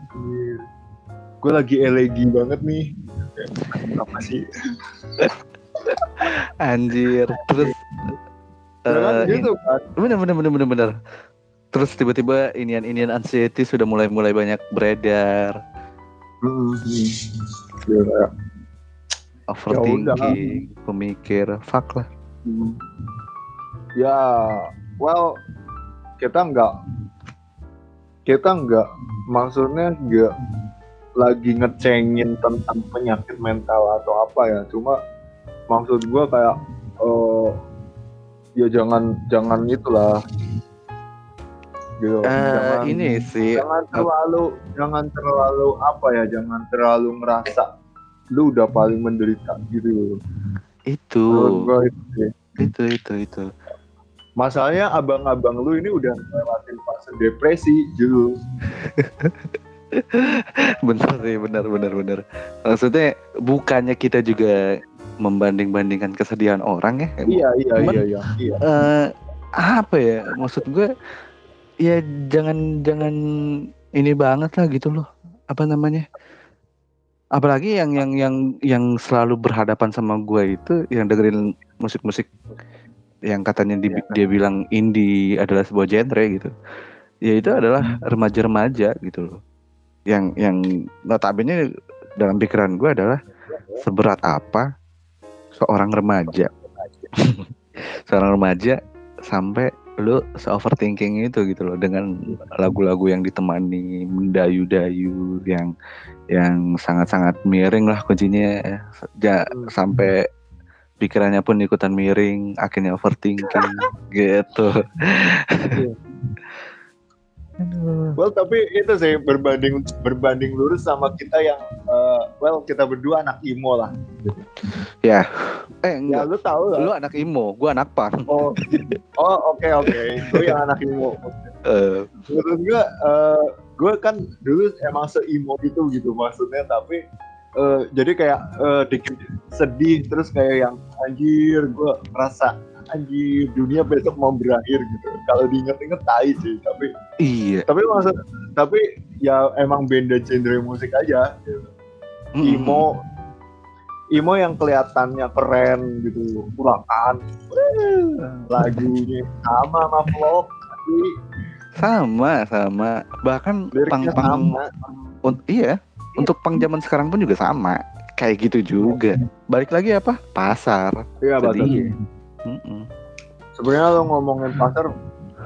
gue lagi elegi banget nih, kayak, apa sih, Anjir, terus ya kan eh, gitu kan. bener bener bener bener bener. Terus tiba-tiba inian-inian anxiety sudah mulai-mulai banyak beredar, Hmm, ya, kayak, ya udah. overthinking, pemikir, fuck lah. Hmm. Ya, well, kita enggak kita enggak maksudnya enggak lagi ngecengin tentang penyakit mental atau apa ya, cuma maksud gue kayak, uh, ya jangan jangan itulah gitu. Eh, jangan ini sih jangan terlalu jangan terlalu apa ya, jangan terlalu ngerasa lu udah paling menderita gitu loh. itu Menurut gue itu sih. itu itu itu Masalahnya abang-abang lu ini udah ngelewatin fase depresi gitu. bener sih, bener bener bener. Maksudnya bukannya kita juga membanding-bandingkan kesedihan orang ya, Iya iya cuman iya iya. iya. eh, apa ya, maksud gue ya jangan jangan ini banget lah gitu loh, apa namanya, apalagi yang yang yang yang selalu berhadapan sama gue itu yang dengerin musik-musik yang katanya di, dia bilang indie adalah sebuah genre gitu, ya itu adalah remaja-remaja gitu loh, yang yang notabene dalam pikiran gue adalah seberat apa seorang remaja seorang remaja sampai lu se-overthinking itu gitu loh, dengan lagu-lagu yang ditemani mendayu-dayu yang yang sangat-sangat miring lah kuncinya ya, sampai pikirannya pun ikutan miring, akhirnya overthinking gitu. Well, tapi itu sih berbanding berbanding lurus sama kita yang uh, well, kita berdua anak imo lah. Ya, eh Ya enggak. lu tahu lah. Lu anak imo, gua anak punk. Oh, oh oke okay, oke. Okay. Gue yang anak imo. Uh. Menurut gue, uh, gue kan dulu emang se-imo gitu gitu maksudnya, tapi uh, jadi kayak uh, dikit sedih terus kayak yang anjir, gue ngerasa anjir dunia besok mau berakhir gitu. Kalau diinget-inget tai sih, tapi iya. Tapi maksud, tapi ya emang beda genre musik aja. Gitu. Mm-hmm. Imo, imo yang kelihatannya keren gitu, urakan, lagunya sama sama vlog, tapi sama sama bahkan liriknya pang-pang sama. Un- iya, untuk pang zaman sekarang pun juga sama, kayak gitu juga. Balik lagi apa? Pasar. Iya pasar. Mm-mm. Sebenarnya lo ngomongin pasar,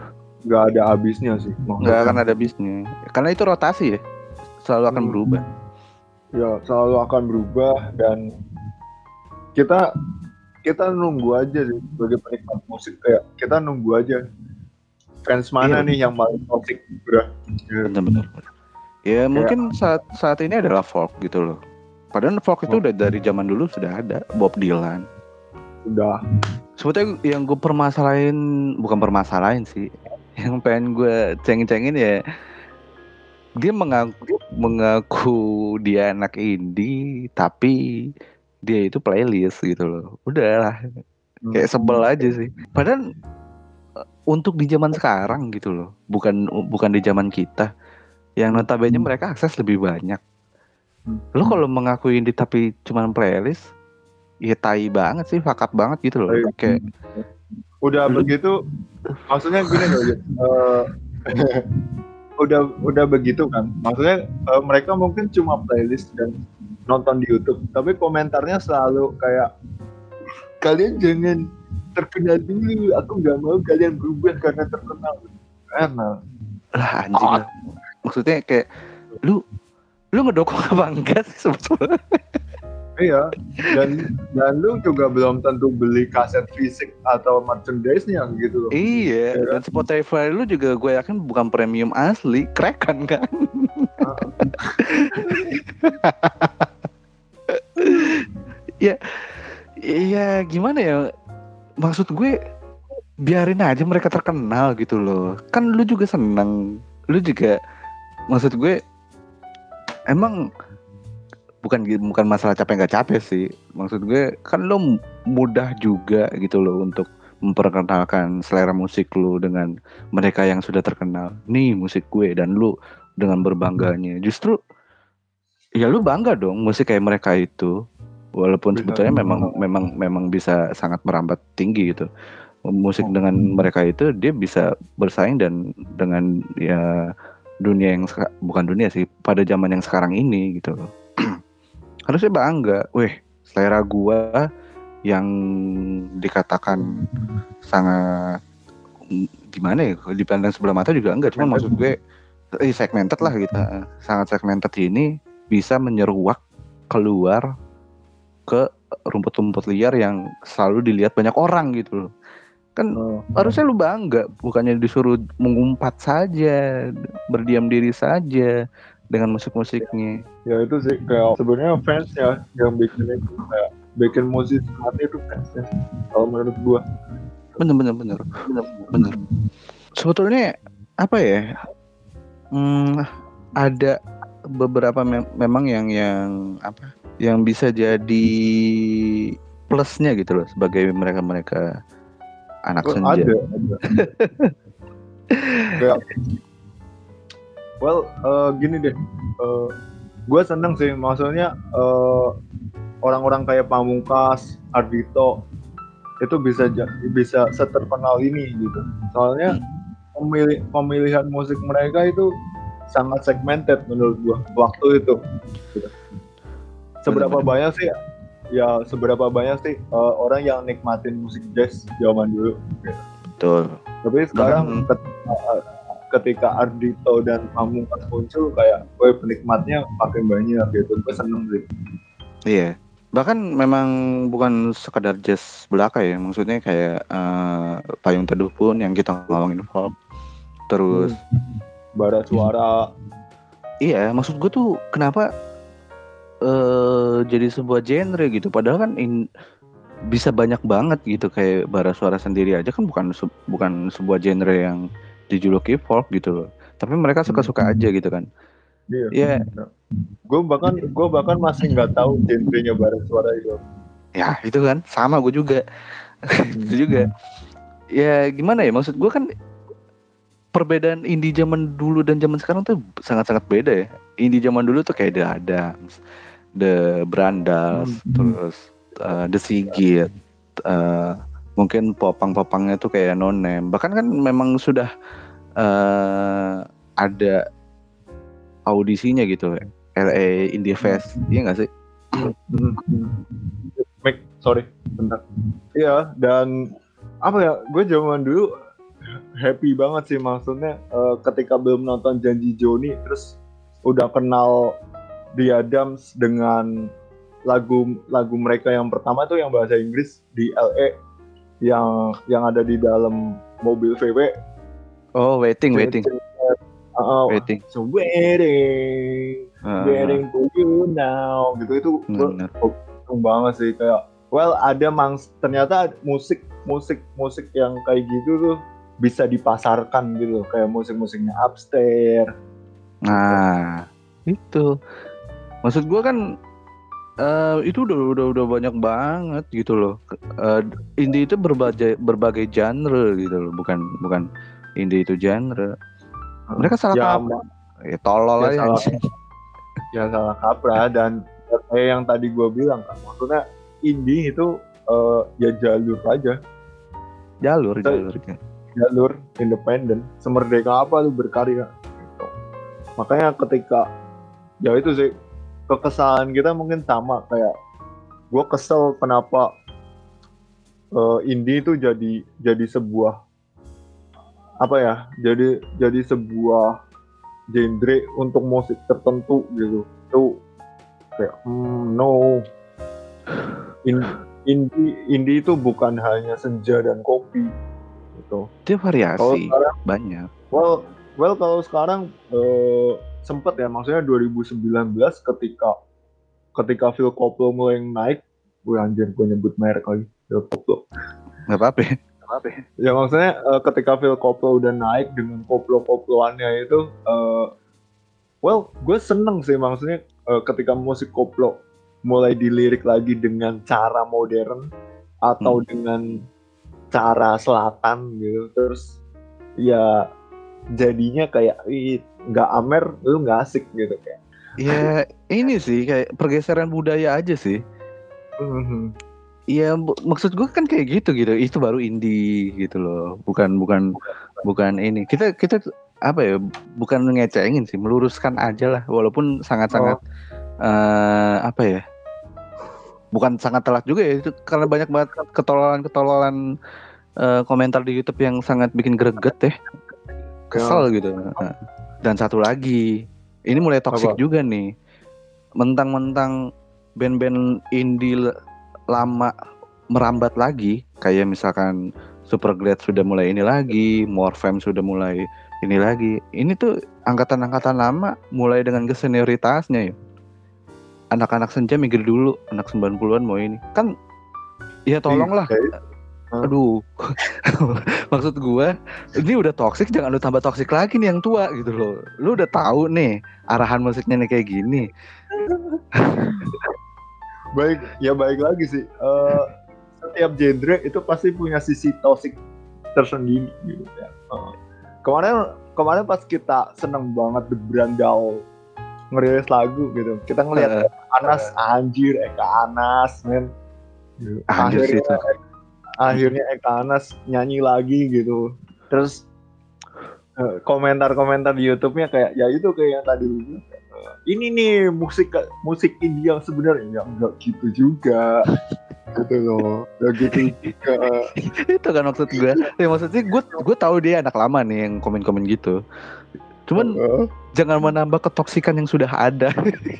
nggak ada habisnya sih. Nggak akan ada habisnya. Karena itu rotasi ya, selalu akan Hmm. berubah. Ya selalu akan berubah dan kita kita nunggu aja sih sebagai penikmat musik, kayak kita nunggu aja fans mana Iya. nih yang paling toxic, bro. Benar-benar. Ya mungkin saat saat ini adalah folk gitu loh. Padahal folk itu Oh. udah dari zaman dulu sudah ada. Bob Dylan. Udah. Sebetulnya yang gue permasalahin, bukan permasalahin sih, yang pengen gue cengin-cengin ya, dia mengaku mengaku dia anak indie, tapi dia itu playlist gitu loh. Udahlah, kayak sebel aja sih. Padahal eh, untuk di zaman sekarang gitu loh, bukan bukan di zaman kita, yang notabene mereka akses lebih banyak. Lo kalau mengaku indie tapi cuma playlist, ya tai banget sih, fuck up banget gitu loh. Kayak udah Lu- begitu, maksudnya gini loh, Yud. Eh, udah udah begitu kan, maksudnya eh, mereka mungkin cuma playlist dan nonton di YouTube, tapi komentarnya selalu kayak, kalian jangan terkenal dulu, aku nggak mau kalian berubah karena terkenal. Enak lah anjing lah. Maksudnya kayak lu lu ngedukung apa enggak sih sebetulnya? iya, dan dan lu juga belum tentu beli kaset fisik atau merchandise-nya gitu loh. Iya, Ya dan Spotify lu juga gue yakin bukan premium asli, crack-an kan? Ya, iya gimana ya? Maksud gue biarin aja mereka terkenal gitu loh. Kan lu juga seneng, lu juga, maksud gue emang bukan bukan masalah capek nggak capek sih. Maksud gue kan lu mudah juga gitu loh untuk memperkenalkan selera musik lu dengan mereka yang sudah terkenal. Nih musik gue, dan lu dengan berbangganya. Justru ya lu bangga dong musik kayak mereka itu. Walaupun Bisa. sebetulnya memang memang memang bisa sangat merambat tinggi gitu. Musik Oh. dengan mereka itu dia bisa bersaing dan dengan ya dunia yang seka- bukan dunia sih, pada zaman yang sekarang ini gitu loh. Harusnya bangga. Weh, selera gua yang dikatakan sangat mm, gimana ya, kalau dipandang sebelah mata juga enggak, cuma maksud gue eh, segmented lah gitu, sangat segmented ini bisa menyeruak keluar ke rumput-rumput liar yang selalu dilihat banyak orang gitu loh. Kan Oh. harusnya lu bangga, bukannya disuruh mengumpat saja, berdiam diri saja dengan musik-musiknya. Ya itu sih kayak sebenarnya fans ya yang bikin itu, kayak bikin musik mati itu fans ya, kalau menurut gua. Bener bener bener bener. Sebetulnya apa ya? Hmm, ada beberapa mem- memang yang yang apa? Yang bisa jadi plusnya gitu loh sebagai mereka-mereka anak Well, senja. ada, ada. Kayak, well, uh, gini deh, uh, gue seneng sih, maksudnya uh, orang-orang kayak Pamungkas, Ardhito itu bisa bisa seterkenal ini gitu. Soalnya pemilih, pemilihan musik mereka itu sangat segmented menurut gue waktu itu. Gitu. Seberapa Bener-bener. banyak sih? Ya seberapa banyak sih uh, orang yang nikmatin musik jazz zaman dulu. Gitu. Betul. Tapi sekarang Bahkan, ketika, ketika Ardhito dan Pamungkas muncul, kayak gue penikmatnya makin banyak gitu. Gue seneng sih. iya. Bahkan memang bukan sekadar jazz belaka ya, maksudnya kayak uh, Payung Teduh pun yang kita ngomongin folk. Terus hmm. Bara Suara. Iya, maksud gue tuh kenapa uh, jadi sebuah genre gitu, padahal kan in, bisa banyak banget gitu, kayak Bara Suara sendiri aja kan bukan bukan sebuah genre yang dijuluki folk gitu loh, tapi mereka suka-suka hmm. aja gitu kan. Iya. Yeah. Gue bahkan gue bahkan masih nggak tahu genrenya Bara Suara itu. Ya itu kan sama gue juga. Itu juga. Ya gimana ya, maksud gue kan perbedaan indie zaman dulu dan zaman sekarang tuh sangat-sangat beda ya. Indie zaman dulu tuh kayak The Adams, The Brandas, hmm. terus uh, The Sigit, uh, mungkin popang-popangnya tuh kayak No Name. Bahkan kan memang sudah uh, ada audisinya gitu, L A Indie Fest, iya nggak sih? Make, sorry, bentar. Iya, dan apa ya? Gue zaman dulu happy banget sih, maksudnya uh, ketika belum nonton Janji Joni terus udah kenal The Adams dengan lagu lagu mereka yang pertama tuh yang bahasa Inggris di L A yang yang ada di dalam mobil V W. Oh, waiting, waiting. Uh, waiting. So waiting, uh, waiting for you now. Gitu itu gue banget sih, kayak well ada mangs ternyata musik musik musik yang kayak gitu tuh bisa dipasarkan gitu, kayak musik-musiknya Upstairs. Nah, itu. Maksud gue kan uh, itu udah udah udah banyak banget gitu loh. Uh, indie itu berbagai berbagai genre gitu loh, bukan bukan indie itu genre. Mereka salah ya, kaprah. Ya tolol ya aja. Salah, ya salah kaprah, dan kayak yang tadi gue bilang kan, maksudnya indie itu uh, ya jalur aja. Jalur, so, jalur. Jalur independen. Semerdeka apa lu berkarya. Gitu. Makanya ketika ya itu sih kekesalan kita mungkin sama, kayak gue kesel kenapa uh, indie itu jadi jadi sebuah apa ya, jadi jadi sebuah genre untuk musik tertentu gitu. Itu kayak hmm, no, In, indie indie itu bukan hanya senja dan kopi gitu. Dia variasi sekarang, banyak. Well well kalau sekarang uh, sempet ya, maksudnya dua ribu sembilan belas ketika ketika Phil Koplo mulai naik, gue anjir gue nyebut merek lagi, Phil Koplo. Nggak apa-apa. Ya maksudnya uh, ketika Phil Koplo udah naik dengan koplo-koploannya itu, uh, well gue seneng sih, maksudnya uh, ketika musik koplo mulai dilirik lagi dengan cara modern atau hmm. dengan cara selatan gitu, terus ya jadinya kayak nggak amer, lu nggak asik gitu kayak. Ya ini sih kayak pergeseran budaya aja sih. Mm-hmm. Iya, bu- maksud gue kan kayak gitu gitu. Itu baru indie gitu loh. Bukan bukan bukan ini. Kita kita apa ya? Bukan ngecengin sih, meluruskan aja lah. Walaupun sangat-sangat oh. uh, apa ya? Bukan sangat telat juga ya. Itu karena banyak banget ketololan-ketololan uh, komentar di YouTube yang sangat bikin greget ya. Kesel oh. gitu. Nah, dan satu lagi, ini mulai toksik juga nih. Mentang-mentang band-band indie lama merambat lagi, kayak misalkan Superglad sudah mulai ini lagi, Morfem sudah mulai ini lagi. Ini tuh angkatan-angkatan lama mulai dengan kesenioritasnya ya. Anak-anak senja mikir dulu, anak sembilan puluhan mau ini. Kan ya tolonglah. Aduh. Maksud gue, ini udah toksik, jangan lu tambah toksik lagi nih yang tua gitu loh. Lu udah tahu nih arahan musiknya nih kayak gini. Baik, ya baik lagi sih. Uh, setiap genre itu pasti punya sisi toxic tersendiri gitu ya. Uh, kemarin kemarin pas kita seneng banget The Brandal ngerilis lagu gitu, kita ngelihat uh, Anas uh, anjir Eka Anas men. Anjir akhirnya, itu. akhirnya Eka Anas nyanyi lagi gitu. Terus uh, komentar-komentar di YouTube-nya kayak ya itu kayak yang tadi lu ini nih musik musik indie yang sebenarnya nggak gitu juga gitu loh, nggak gitu juga. Itu kan maksud gue. Ya maksudnya gue gue tahu dia anak lama nih yang komen-komen gitu. Cuman uh. jangan menambah ketoksikan yang sudah ada.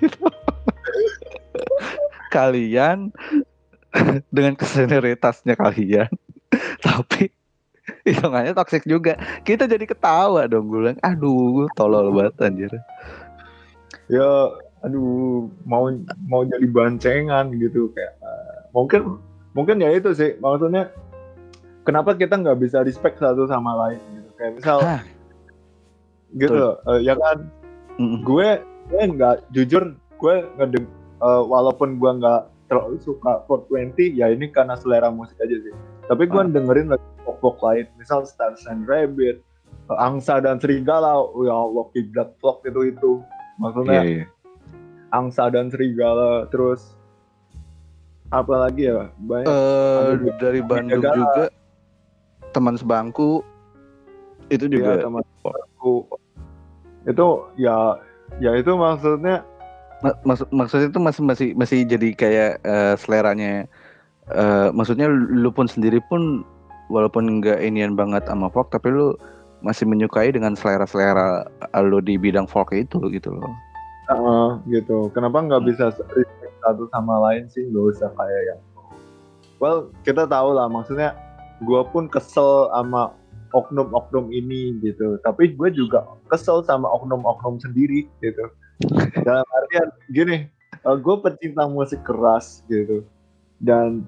Kalian dengan kesenioritasnya kalian, tapi hitungannya toksik juga. Kita jadi ketawa dong, gue bilang, aduh, tolol banget anjir. Ya aduh mau mau jadi bancengan gitu kayak uh, mungkin mungkin ya itu sih, maksudnya kenapa kita nggak bisa respect satu sama lain gitu, kayak misal Hah. gitu uh, ya kan. Mm-mm. gue gue nggak jujur gue ngedeng uh, walaupun gue nggak terlalu suka four twenty ya, ini karena selera musik aja sih, tapi gue ah. dengerin lagu pop lain misal Stars and Rabbit, uh, Angsa dan Serigala, ya Allah Kiblat Vlog itu itu maksudnya yeah, yeah. Angsa dan Serigala, terus apa lagi ya banyak uh, dari Bandung Negara. Juga teman sebangku itu juga ya, teman sebangku itu ya ya itu maksudnya Maksud maksudnya itu masih masih masih jadi kayak uh, seleranya uh, maksudnya lu pun sendiri pun walaupun nggak inian banget sama folk, tapi lu masih menyukai dengan selera-selera lu di bidang folk itu gitu loh. Uh, gitu. Kenapa nggak bisa respect satu sama lain sih? Nggak usah kayak yang, well kita tahu lah, maksudnya gue pun kesel sama oknum-oknum ini gitu. Tapi gue juga kesel sama oknum-oknum sendiri gitu. Dalam artian gini, uh, gue pecinta musik keras gitu. Dan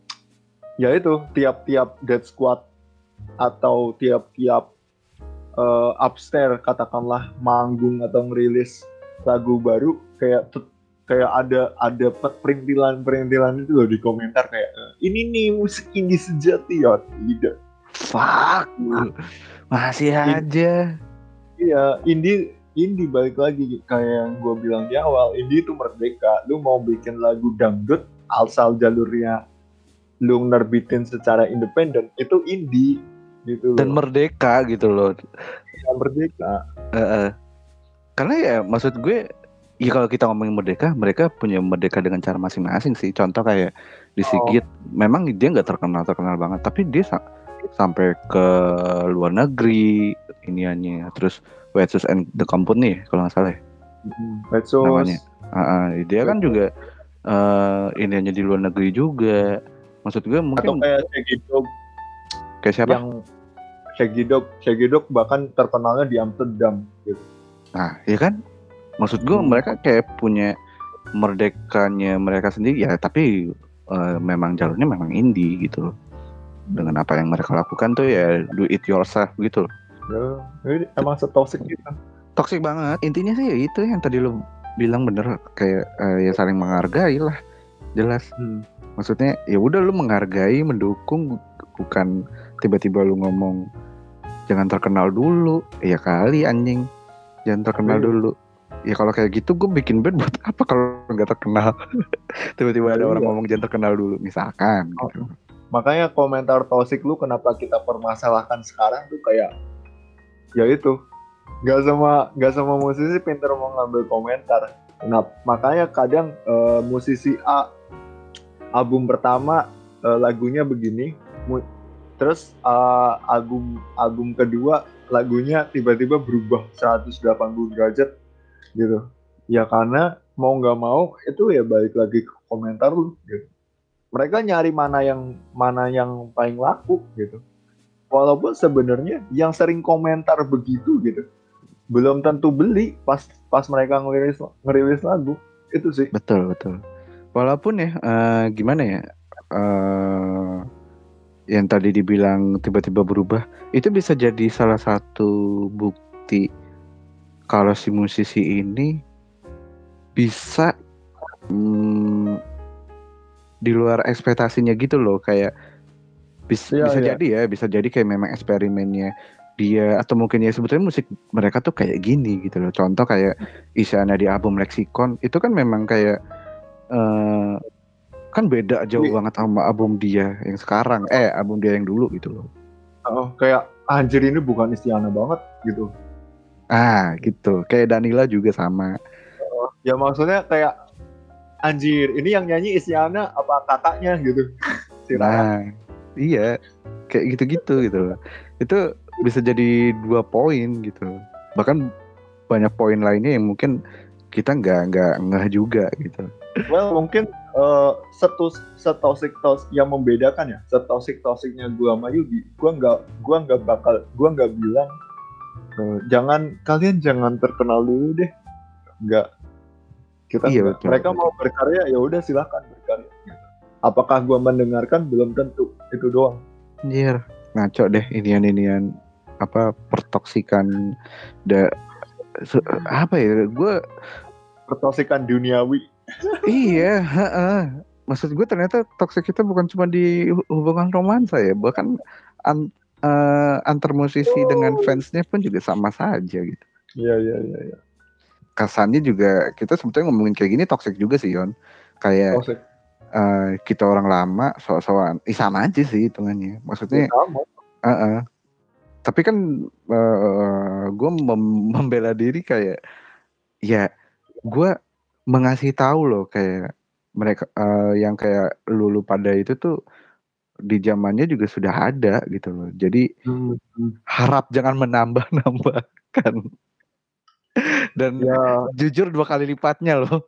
ya itu tiap-tiap Dead Squad atau tiap-tiap uh, Upstairs katakanlah manggung atau ngerilis lagu baru, kayak kayak ada ada perintilan-perintilan itu loh di komentar kayak, ini nih musik indie sejati ya. Tidak. Fuck. Masih aja. Iya, indie indie balik lagi kayak yang gue bilang di awal, indie itu merdeka. Lu mau bikin lagu dangdut asal jalurnya lu nerbitin secara independen, itu indie gitu loh. Dan merdeka gitu loh. Ya, merdeka. Uh, uh. Karena ya maksud gue, ya kalau kita ngomongin merdeka, mereka punya merdeka dengan cara masing-masing sih. Contoh kayak di Sigit, oh. memang dia nggak terkenal terkenal banget, tapi dia sa- sampai ke luar negeri iniannya. Terus Wetsus and the Company kalau nggak salah ya, Wetsus namanya. Uh, uh, dia Wetsus kan juga uh, iniannya di luar negeri juga. Maksud gue mungkin atau kayak Shaggy Dog. Kayak siapa? Yang Shaggy Dog, Shaggy Dog bahkan terkenalnya di Amsterdam gitu. Nah, ya kan? Maksud gue hmm. mereka kayak punya merdekanya mereka sendiri ya, tapi uh, memang jalurnya memang indie gitu loh. Dengan apa yang mereka lakukan tuh ya do it yourself gitu loh. Ya, emang setoksik gitu. Toksik banget. Intinya sih ya itu yang tadi lo bilang bener, kayak uh, ya saling menghargai lah. Jelas. Hmm. Maksudnya ya udah lu menghargai, mendukung, bukan tiba-tiba lu ngomong jangan terkenal dulu. Ya kali anjing. Jangan terkenal Tapi, dulu. Ya kalau kayak gitu gue bikin band buat apa kalau nggak terkenal? Tiba-tiba ada iya. orang ngomong jangan terkenal dulu misalkan oh. gitu. Makanya komentar toxic lu kenapa kita permasalahkan sekarang tuh kayak ya itu. Gak sama gak sama musisi pinter mau ngambil komentar. Nah, makanya kadang uh, musisi A album pertama uh, lagunya begini, mu- terus uh, album album kedua lagunya tiba-tiba berubah seratus delapan puluh derajat gitu. Ya karena mau nggak mau itu ya balik lagi ke komentar lu gitu. Mereka nyari mana yang mana yang paling laku gitu. Walaupun sebenarnya yang sering komentar begitu gitu belum tentu beli pas pas mereka ngerilis ngerilis lagu itu sih. Betul betul. Walaupun ya uh, gimana ya, uh, yang tadi dibilang tiba-tiba berubah, itu bisa jadi salah satu bukti kalau si musisi ini bisa hmm, di luar ekspektasinya gitu loh, kayak bis, ya, bisa ya. jadi ya, bisa jadi kayak memang eksperimennya dia, atau mungkin ya sebetulnya musik mereka tuh kayak gini gitu loh. Contoh kayak Isyana di album Lexicon itu kan memang kayak Uh, kan beda jauh banget sama album dia yang sekarang, eh album dia yang dulu gitu loh. Oh, kayak anjir ini bukan Isyana banget gitu. Ah gitu, kayak Danila juga sama. Oh, ya maksudnya kayak anjir ini yang nyanyi Isyana apa kakaknya gitu. Nah, iya kayak gitu-gitu gitu loh. Itu bisa jadi dua poin gitu. Bahkan banyak poin lainnya yang mungkin kita nggak nggak ngeh juga gitu. Well mungkin uh, setus setosik tos yang membedakan ya, setosik tosiknya gue sama Yugi, gue nggak gue nggak bakal gue nggak bilang uh, jangan kalian jangan terkenal dulu deh, nggak kita iya, betul, mereka betul. Mau berkarya ya udah silakan berkarya. Apakah gue mendengarkan belum tentu itu doang. Anjir ngaco deh inian-inian apa pertoksikan da se, apa ya gue pertoksikan duniawi. Iya, heeh. Maksud gue ternyata toksik kita bukan cuma di hubungan romansa ya, bahkan an, uh, antar musisi oh. dengan fansnya pun juga sama saja gitu. Iya iya iya. Ya. Kesannya juga kita sebetulnya ngomongin kayak gini toksik juga sih Yon. Kayak uh, kita orang lama so-soan, eh, sama aja sih hitungannya. Maksudnya, ya, uh-uh. tapi kan uh, gue mem- membela diri kayak, ya gue mengasih tahu loh kayak mereka uh, yang kayak lulu pada itu tuh di zamannya juga sudah ada gitu loh. Jadi Hmm. harap jangan menambah-nambahkan. Dan Ya. jujur dua kali lipatnya loh.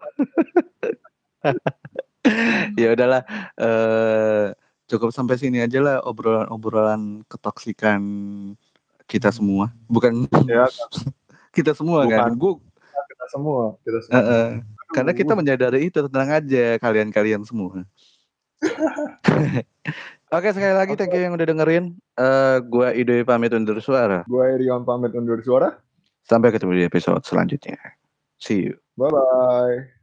Ya udahlah, eh, cukup sampai sini aja lah obrolan-obrolan ketoksikan kita semua. Bukan Ya, kita semua kan. bukan Gue kita semua, kita semua. uh, uh, karena kita Aduh. menyadari itu, tenang aja kalian-kalian semua. Oke, sekali lagi thank you yang udah dengerin. Uh, gua Idoy pamit undur suara. Gua Irion pamit undur suara. Sampai ketemu di episode selanjutnya. See you. Bye bye.